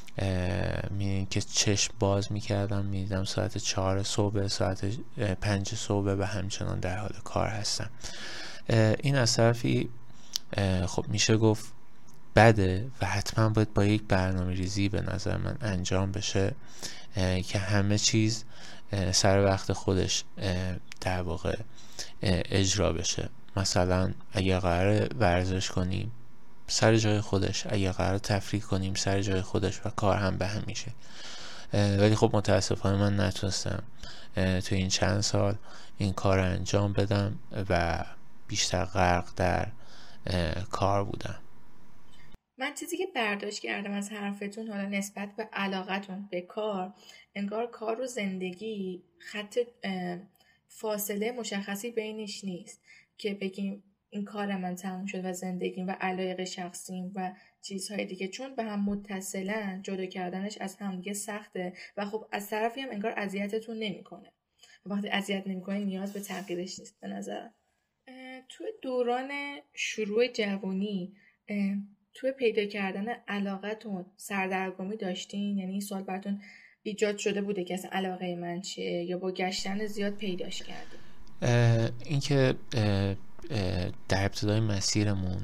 چشم باز میکردم میدیدم ساعت 4 صبح، ساعت 5 صبح و همچنان در حال کار هستم. این از طرفی خب میشه گفت بده و حتما باید با یک برنامه ریزی به نظر من انجام بشه که همه چیز سر وقت خودش در واقع اجرا بشه. مثلا اگه قرار ورزش کنیم سر جای خودش، اگه قرار تفریح کنیم سر جای خودش و کار هم به هم میشه. ولی خب متاسفانه من نتونستم تو این چند سال این کار رو انجام بدم و بیشتر غرق در کار بودم. من چیزی که برداشت کردم از حرفتون حالا نسبت به علاقتون به کار، انگار کار و زندگی خط فاصله مشخصی بینش نیست که بگیم این کار من تموم شد و زندگیم و علایق شخصیم و چیزهای دیگه، چون به هم متصلن جدا کردنش از هم دیگه سخته و خب از طرفی هم انگار اذیتتون نمیکنه. وقتی اذیت نمیکنه نیاز به تغییرش نیست به نظرم. تو دوران شروع جوانی تو پیدا کردن علاقتون سردرگمی داشتین؟ یعنی این سوال براتون ایجاد شده بوده که اصلا علاقه من چیه یا با گشتن زیاد پیداش کردیم؟ اینکه در ابتدای مسیرمون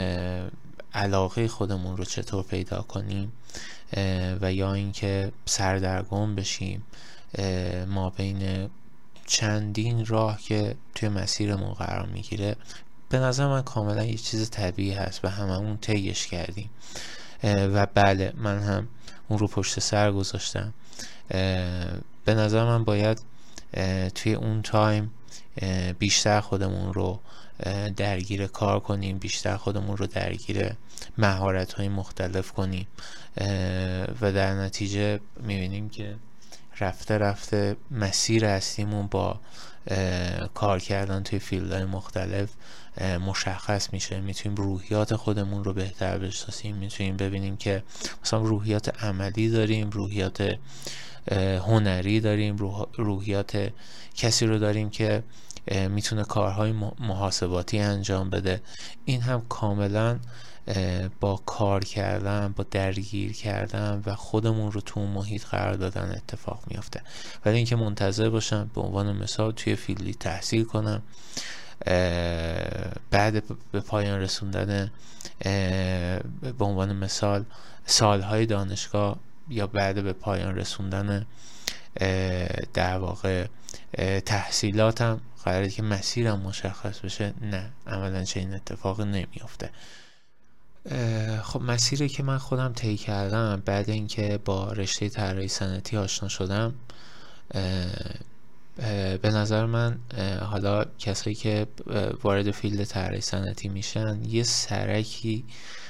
علاقه خودمون رو چطور پیدا کنیم و یا اینکه سردرگم بشیم ما بین چندین راه که توی مسیرمون قرار میگیره، به نظر من کاملا یه چیز طبیعی هست و هممون طیش کردیم و بله من هم اون رو پشت سر گذاشتم. به نظر من باید توی اون تایم بیشتر خودمون رو درگیر کار کنیم، بیشتر خودمون رو درگیر مهارت‌های مختلف کنیم و در نتیجه می‌بینیم که رفته رفته مسیر اصلیمون با کار کردن توی فیلدهای مختلف مشخص میشه. میتونیم روحیات خودمون رو بهتر بشناسیم، میتونیم ببینیم که مثلا روحیات عملی داریم، روحیات هنری داریم، روحیات کسی رو داریم که میتونه کارهای محاسباتی انجام بده. این هم کاملا با کار کردن، با درگیر کردن و خودمون رو تو اون محیط قرار دادن اتفاق میافته. ولی اینکه منتظر باشم به عنوان مثال توی فیلدی تحصیل کنم، بعد به پایان رسوندن به عنوان مثال سالهای دانشگاه یا بعد به پایان رسوندن در واقع تحصیلاتم قراره که مسیرم مشخص بشه، نه، عملا چنین اتفاق نمیافته. خب مسیری که من خودم طی کردم بعد اینکه با رشته طراحی صنعتی آشنا شدم، به نظر من حالا کسایی که وارد فیلد طراحی صنعتی میشن یه سرکی،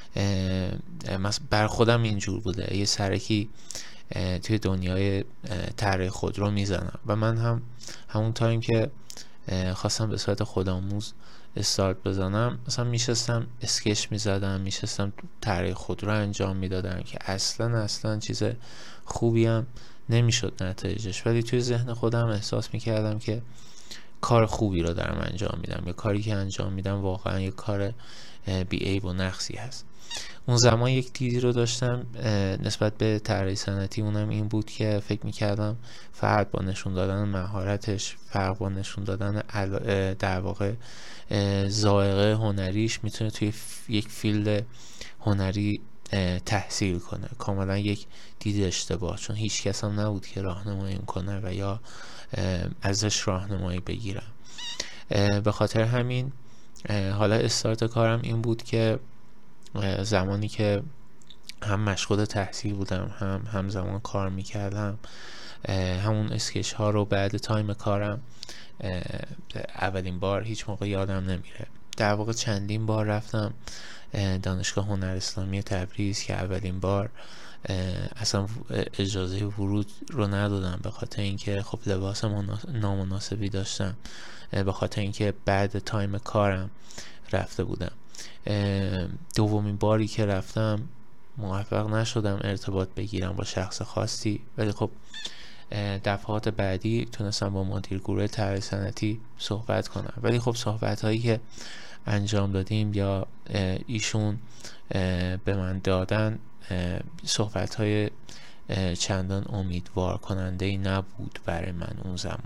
بر خودم اینجور بوده، یه سرکی توی دنیای طراحی خودرو میزنم و من هم همون تایم که خواستم به صورت خودآموز استارت بزنم، مثلا میشستم اسکچ میزدم، میشستم طرح خود رو انجام میدادم که اصلا چیز خوبی هم نمیشد نتایجش، ولی توی ذهن خودم احساس میکردم که کار خوبی رو دارم انجام میدم، یا کاری که انجام میدم واقعا یک کار بی عیب و نقصی هست. اون زمان یک دیدی رو داشتم نسبت به طراحی صنعتی، اونم این بود که فکر میکردم فرد با نشون دادن مهارتش، فرد با نشون دادن در واقع ذائقه هنریش میتونه توی یک فیلد هنری تحصیل کنه. کاملا یک دید اشتباه، چون هیچ کس هم نبود که راهنمایی کنه و یا ازش راهنمایی بگیرم. به خاطر همین حالا استارت کارم این بود که زمانی که هم مشغول تحصیل بودم هم زمان کار میکردم، همون اسکچ ها رو بعد تایم کارم اولین بار هیچ موقع یادم نمیره، در واقع چندین بار رفتم دانشگاه هنر اسلامی تبریز که اولین بار اصلا اجازه ورود رو ندادم، به خاطر اینکه خب لباس نامناسبی داشتم، به خاطر اینکه بعد تایم کارم رفته بودم. دومین باری که رفتم موفق نشدم ارتباط بگیرم با شخص خاصی، ولی خب دفعات بعدی تونستم با مدیر گروه طراحی صنعتی صحبت کنم، ولی خب صحبت هایی که انجام دادیم یا ایشون به من دادن صحبت های چندان امیدوار کننده ای نبود برای من اون زمان،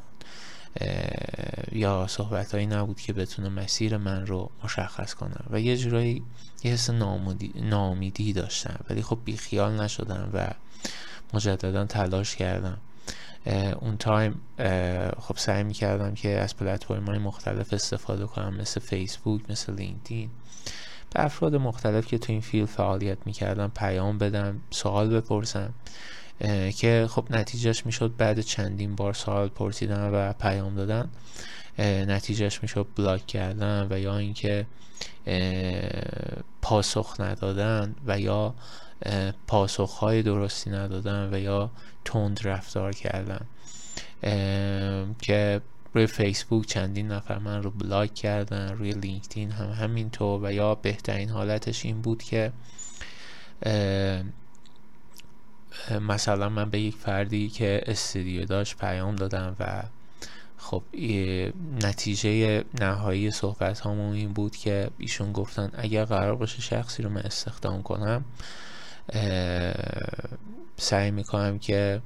یا صحبت هایی نبود که بتونه مسیر من رو مشخص کنه و یه جورایی یه حس ناامیدی داشتم، ولی خب بیخیال نشدم و مجددا تلاش کردم. اون تایم خب سعی میکردم که از پلتفرم‌های مختلف استفاده کنم، مثل فیسبوک، مثل لینکدین، به افراد مختلف که تو این فیلد فعالیت میکردم پیام بدم، سوال بپرسم، که خب نتیجهش میشد بعد چندین بار سوال پرسیدن و پیام دادن نتیجهش میشد بلاک کردن و یا اینکه پاسخ ندادن و یا پاسخهای درستی ندادن و یا تند رفتار کردن، که روی فیسبوک چندین نفر من رو بلاک کردن، روی لینکدین هم همینطور، و یا بهترین حالتش این بود که مثلا من به یک فردی که استودیو داشت پیام دادم و خب نتیجه نهایی صحبت هامون این بود که ایشون گفتن اگر قرار باشه شخصی رو من استخدام کنم سعی میکنم که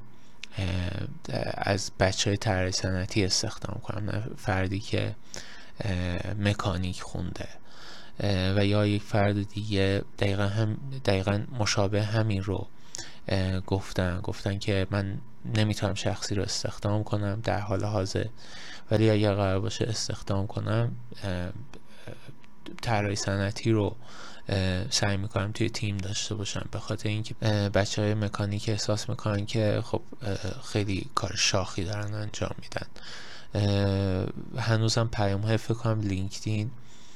از بچه های طراحی صنعتی استخدام کنم، نه فردی که مکانیک خونده. و یا یک فرد دیگه دقیقا مشابه همین رو گفتن که من نمیتونم شخصی رو استخدام کنم در حال حاضر، ولی اگر قرار باشه استخدام کنم طراحی صنعتی رو سعی میکنم توی تیم داشته باشم، به خاطر اینکه بچهای مکانیک احساس میکنن که خب خیلی کار شاخی دارن انجام میدن. هنوزم پیام های فکر کنم لینکدین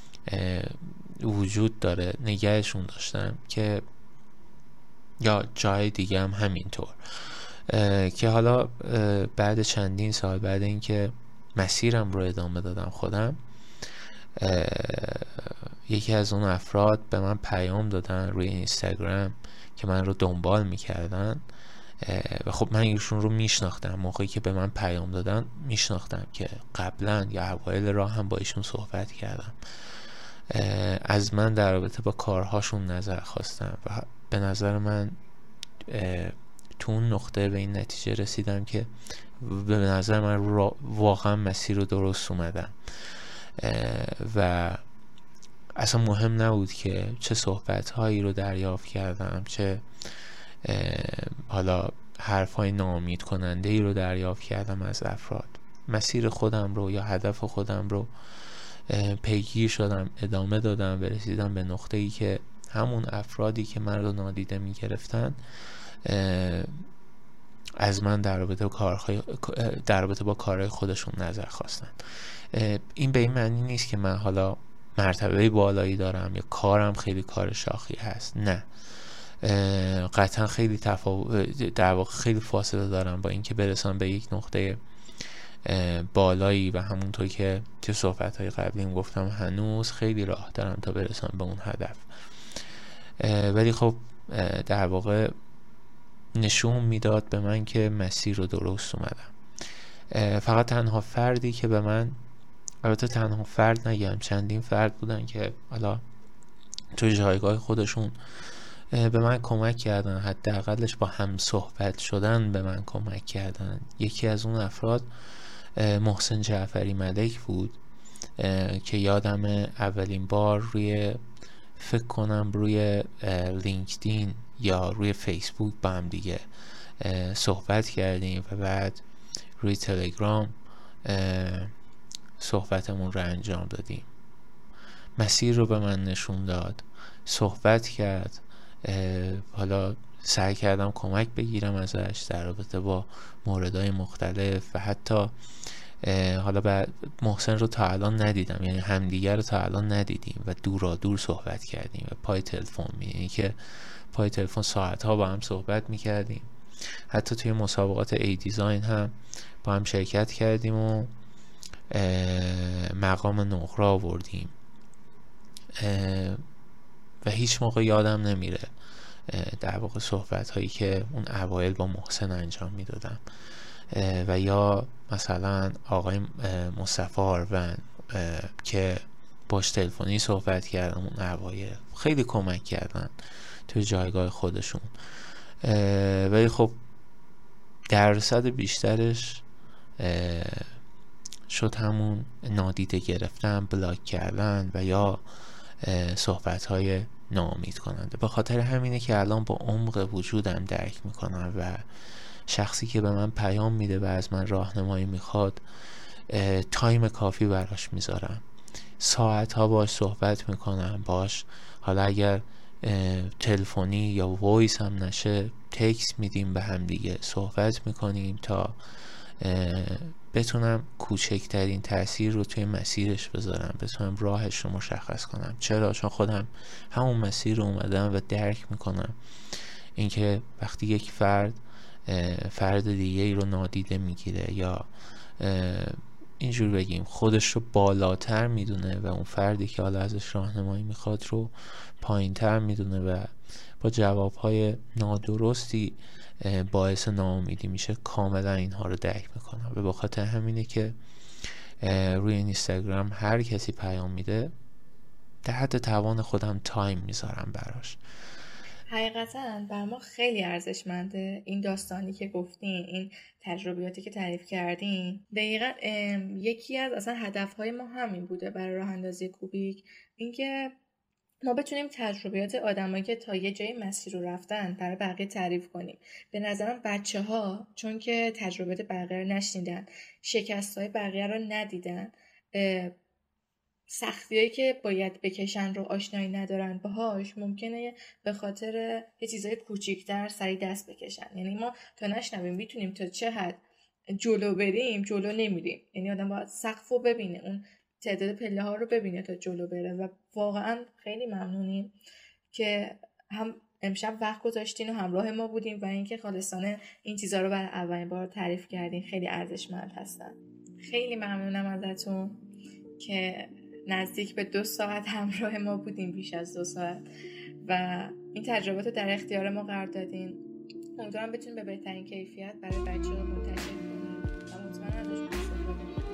وجود داره، نگهشون داشتم که یا جای دیگه هم همینطور، که حالا بعد چندین سال بعد اینکه مسیرم رو ادامه دادم خودم، یکی از اون افراد به من پیام دادن روی اینستاگرام که من رو دنبال میکردن و خب من ایشون رو میشناختم، موقعی که به من پیام دادن میشناختم که قبلا یا اوایل راه هم با ایشون صحبت کردم، از من در رابطه با کارهاشون نظر خواستم و به نظر من تو اون نقطه به این نتیجه رسیدم که به نظر من واقعا مسیر رو درست اومدم و اصلا مهم نبود که چه صحبت هایی رو دریافت کردم، چه حالا حرف های ناامید کننده ای رو دریافت کردم از افراد. مسیر خودم رو یا هدف خودم رو پیگیر شدم، ادامه دادم و رسیدم به نقطه ای که همون افرادی که من رو نادیده می گرفتن از من در رابطه با کارهای خودشون نظر خواستن. این به این معنی نیست که من حالا مرتبه بالایی دارم یا کارم خیلی کار شاخی هست، نه، قطعا خیلی در واقع خیلی فاصله دارم با اینکه برسم به یک نقطه بالایی و همونطور که توی صحبت‌های قبلیم گفتم هنوز خیلی راه دارم تا برسم به اون هدف. ولی خب در واقع نشون میداد به من که مسیر رو درست اومدم. فقط تنها فردی که به من، البته تنها فرد نگم، چندین فرد بودن که حالا توی جایگاه خودشون به من کمک کردن، حداقلش با هم صحبت شدن به من کمک کردن. یکی از اون افراد محسن جعفری ملک بود که یادم اولین بار فکر کنم روی لینکدین یا روی فیسبوک با هم دیگه صحبت کردیم و بعد روی تلگرام صحبتمون رو انجام دادیم. مسیر رو به من نشون داد، صحبت کرد، حالا سعی کردم کمک بگیرم ازش در رابطه با موردهای مختلف و حتی حالا بعد محسن رو تا الان ندیدم، یعنی همدیگر رو تا الان ندیدیم و دور صحبت کردیم و پای تلفن، یعنی که پای تلفن ساعتها با هم صحبت میکردیم. حتی توی مسابقات ای دیزاین هم با هم شرکت کردیم و مقام نقره آوردیم و هیچ موقع یادم نمیره در واقع صحبت هایی که اون اوایل با محسن انجام میدادم. و یا مثلا آقای مصطفی آروند که باش تلفنی صحبت کردم اون اوایل، خیلی کمک کردن توی جایگاه خودشون. ولی خب درصد بیشترش شد همون نادیده گرفتن، بلاک کردن و یا صحبت‌های ناامید کننده. به خاطر همینه که الان با عمق وجودم درک میکنم و شخصی که به من پیام میده و از من راهنمایی میخواد تایم کافی براش میذارم، ساعتها باش صحبت میکنم، باش حالا اگر تلفنی یا وایس هم نشه تکست میدیم به هم دیگه، صحبت میکنیم تا بتونم کوچکترین تأثیر رو توی مسیرش بذارم، بتونم راهش رو مشخص کنم. چرا؟ چون خودم همون مسیر رو اومدم و درک میکنم اینکه وقتی یک فرد دیگه ای رو نادیده میگیره یا اینجور بگیم خودش رو بالاتر میدونه و اون فردی که حالا ازش راهنمایی میخواد رو پایینتر میدونه و با جوابهای نادرستی باعث ناامیدی میشه، کاملا اینها رو درک میکنم و به خاطر همینه که روی اینستاگرام هر کسی پیام میده در حد توان خودم تایم میذارم براش. حقیقتا بر ما خیلی ارزشمنده این داستانی که گفتین، این تجربیاتی که تعریف کردین. دقیقا یکی از اصلا هدفهای ما همین بوده برای راه اندازی کوبیک، اینکه ما بتونیم تجربیات آدمایی که تا یه جای مسیر رو رفتن برای بقیه تعریف کنیم. به نظرم بچه‌ها چون که تجربیات بقیه رو نشنیدن، شکست‌های بقیه رو ندیدن، سختیایی که باید بکشن رو آشنایی ندارن باهاش، ممکنه به خاطر یه چیزای کوچیک‌تر سری دست بکشن. یعنی ما تا نشنویم میتونیم تا چه حد جلو بریم، جلو نمیریم. یعنی آدم باید سقف رو ببینه، اون تعداد پله ها رو ببینه تا جلو بره. و واقعا خیلی ممنونیم که هم امشب وقت گذاشتین و همراه ما بودیم و اینکه خالصانه این چیزا رو برای اولین بار تعریف کردین. خیلی ارزشمند هستن. خیلی ممنونم ازتون که نزدیک به 2 ساعت همراه ما بودیم، بیش از 2 ساعت، و این تجربات رو در اختیار ما قرار دادین. امیدوارم بتونیم به بهترین کیفیت برای بچه‌ها منتشر کنیم و مطمئنم ازشون استفاده کنیم.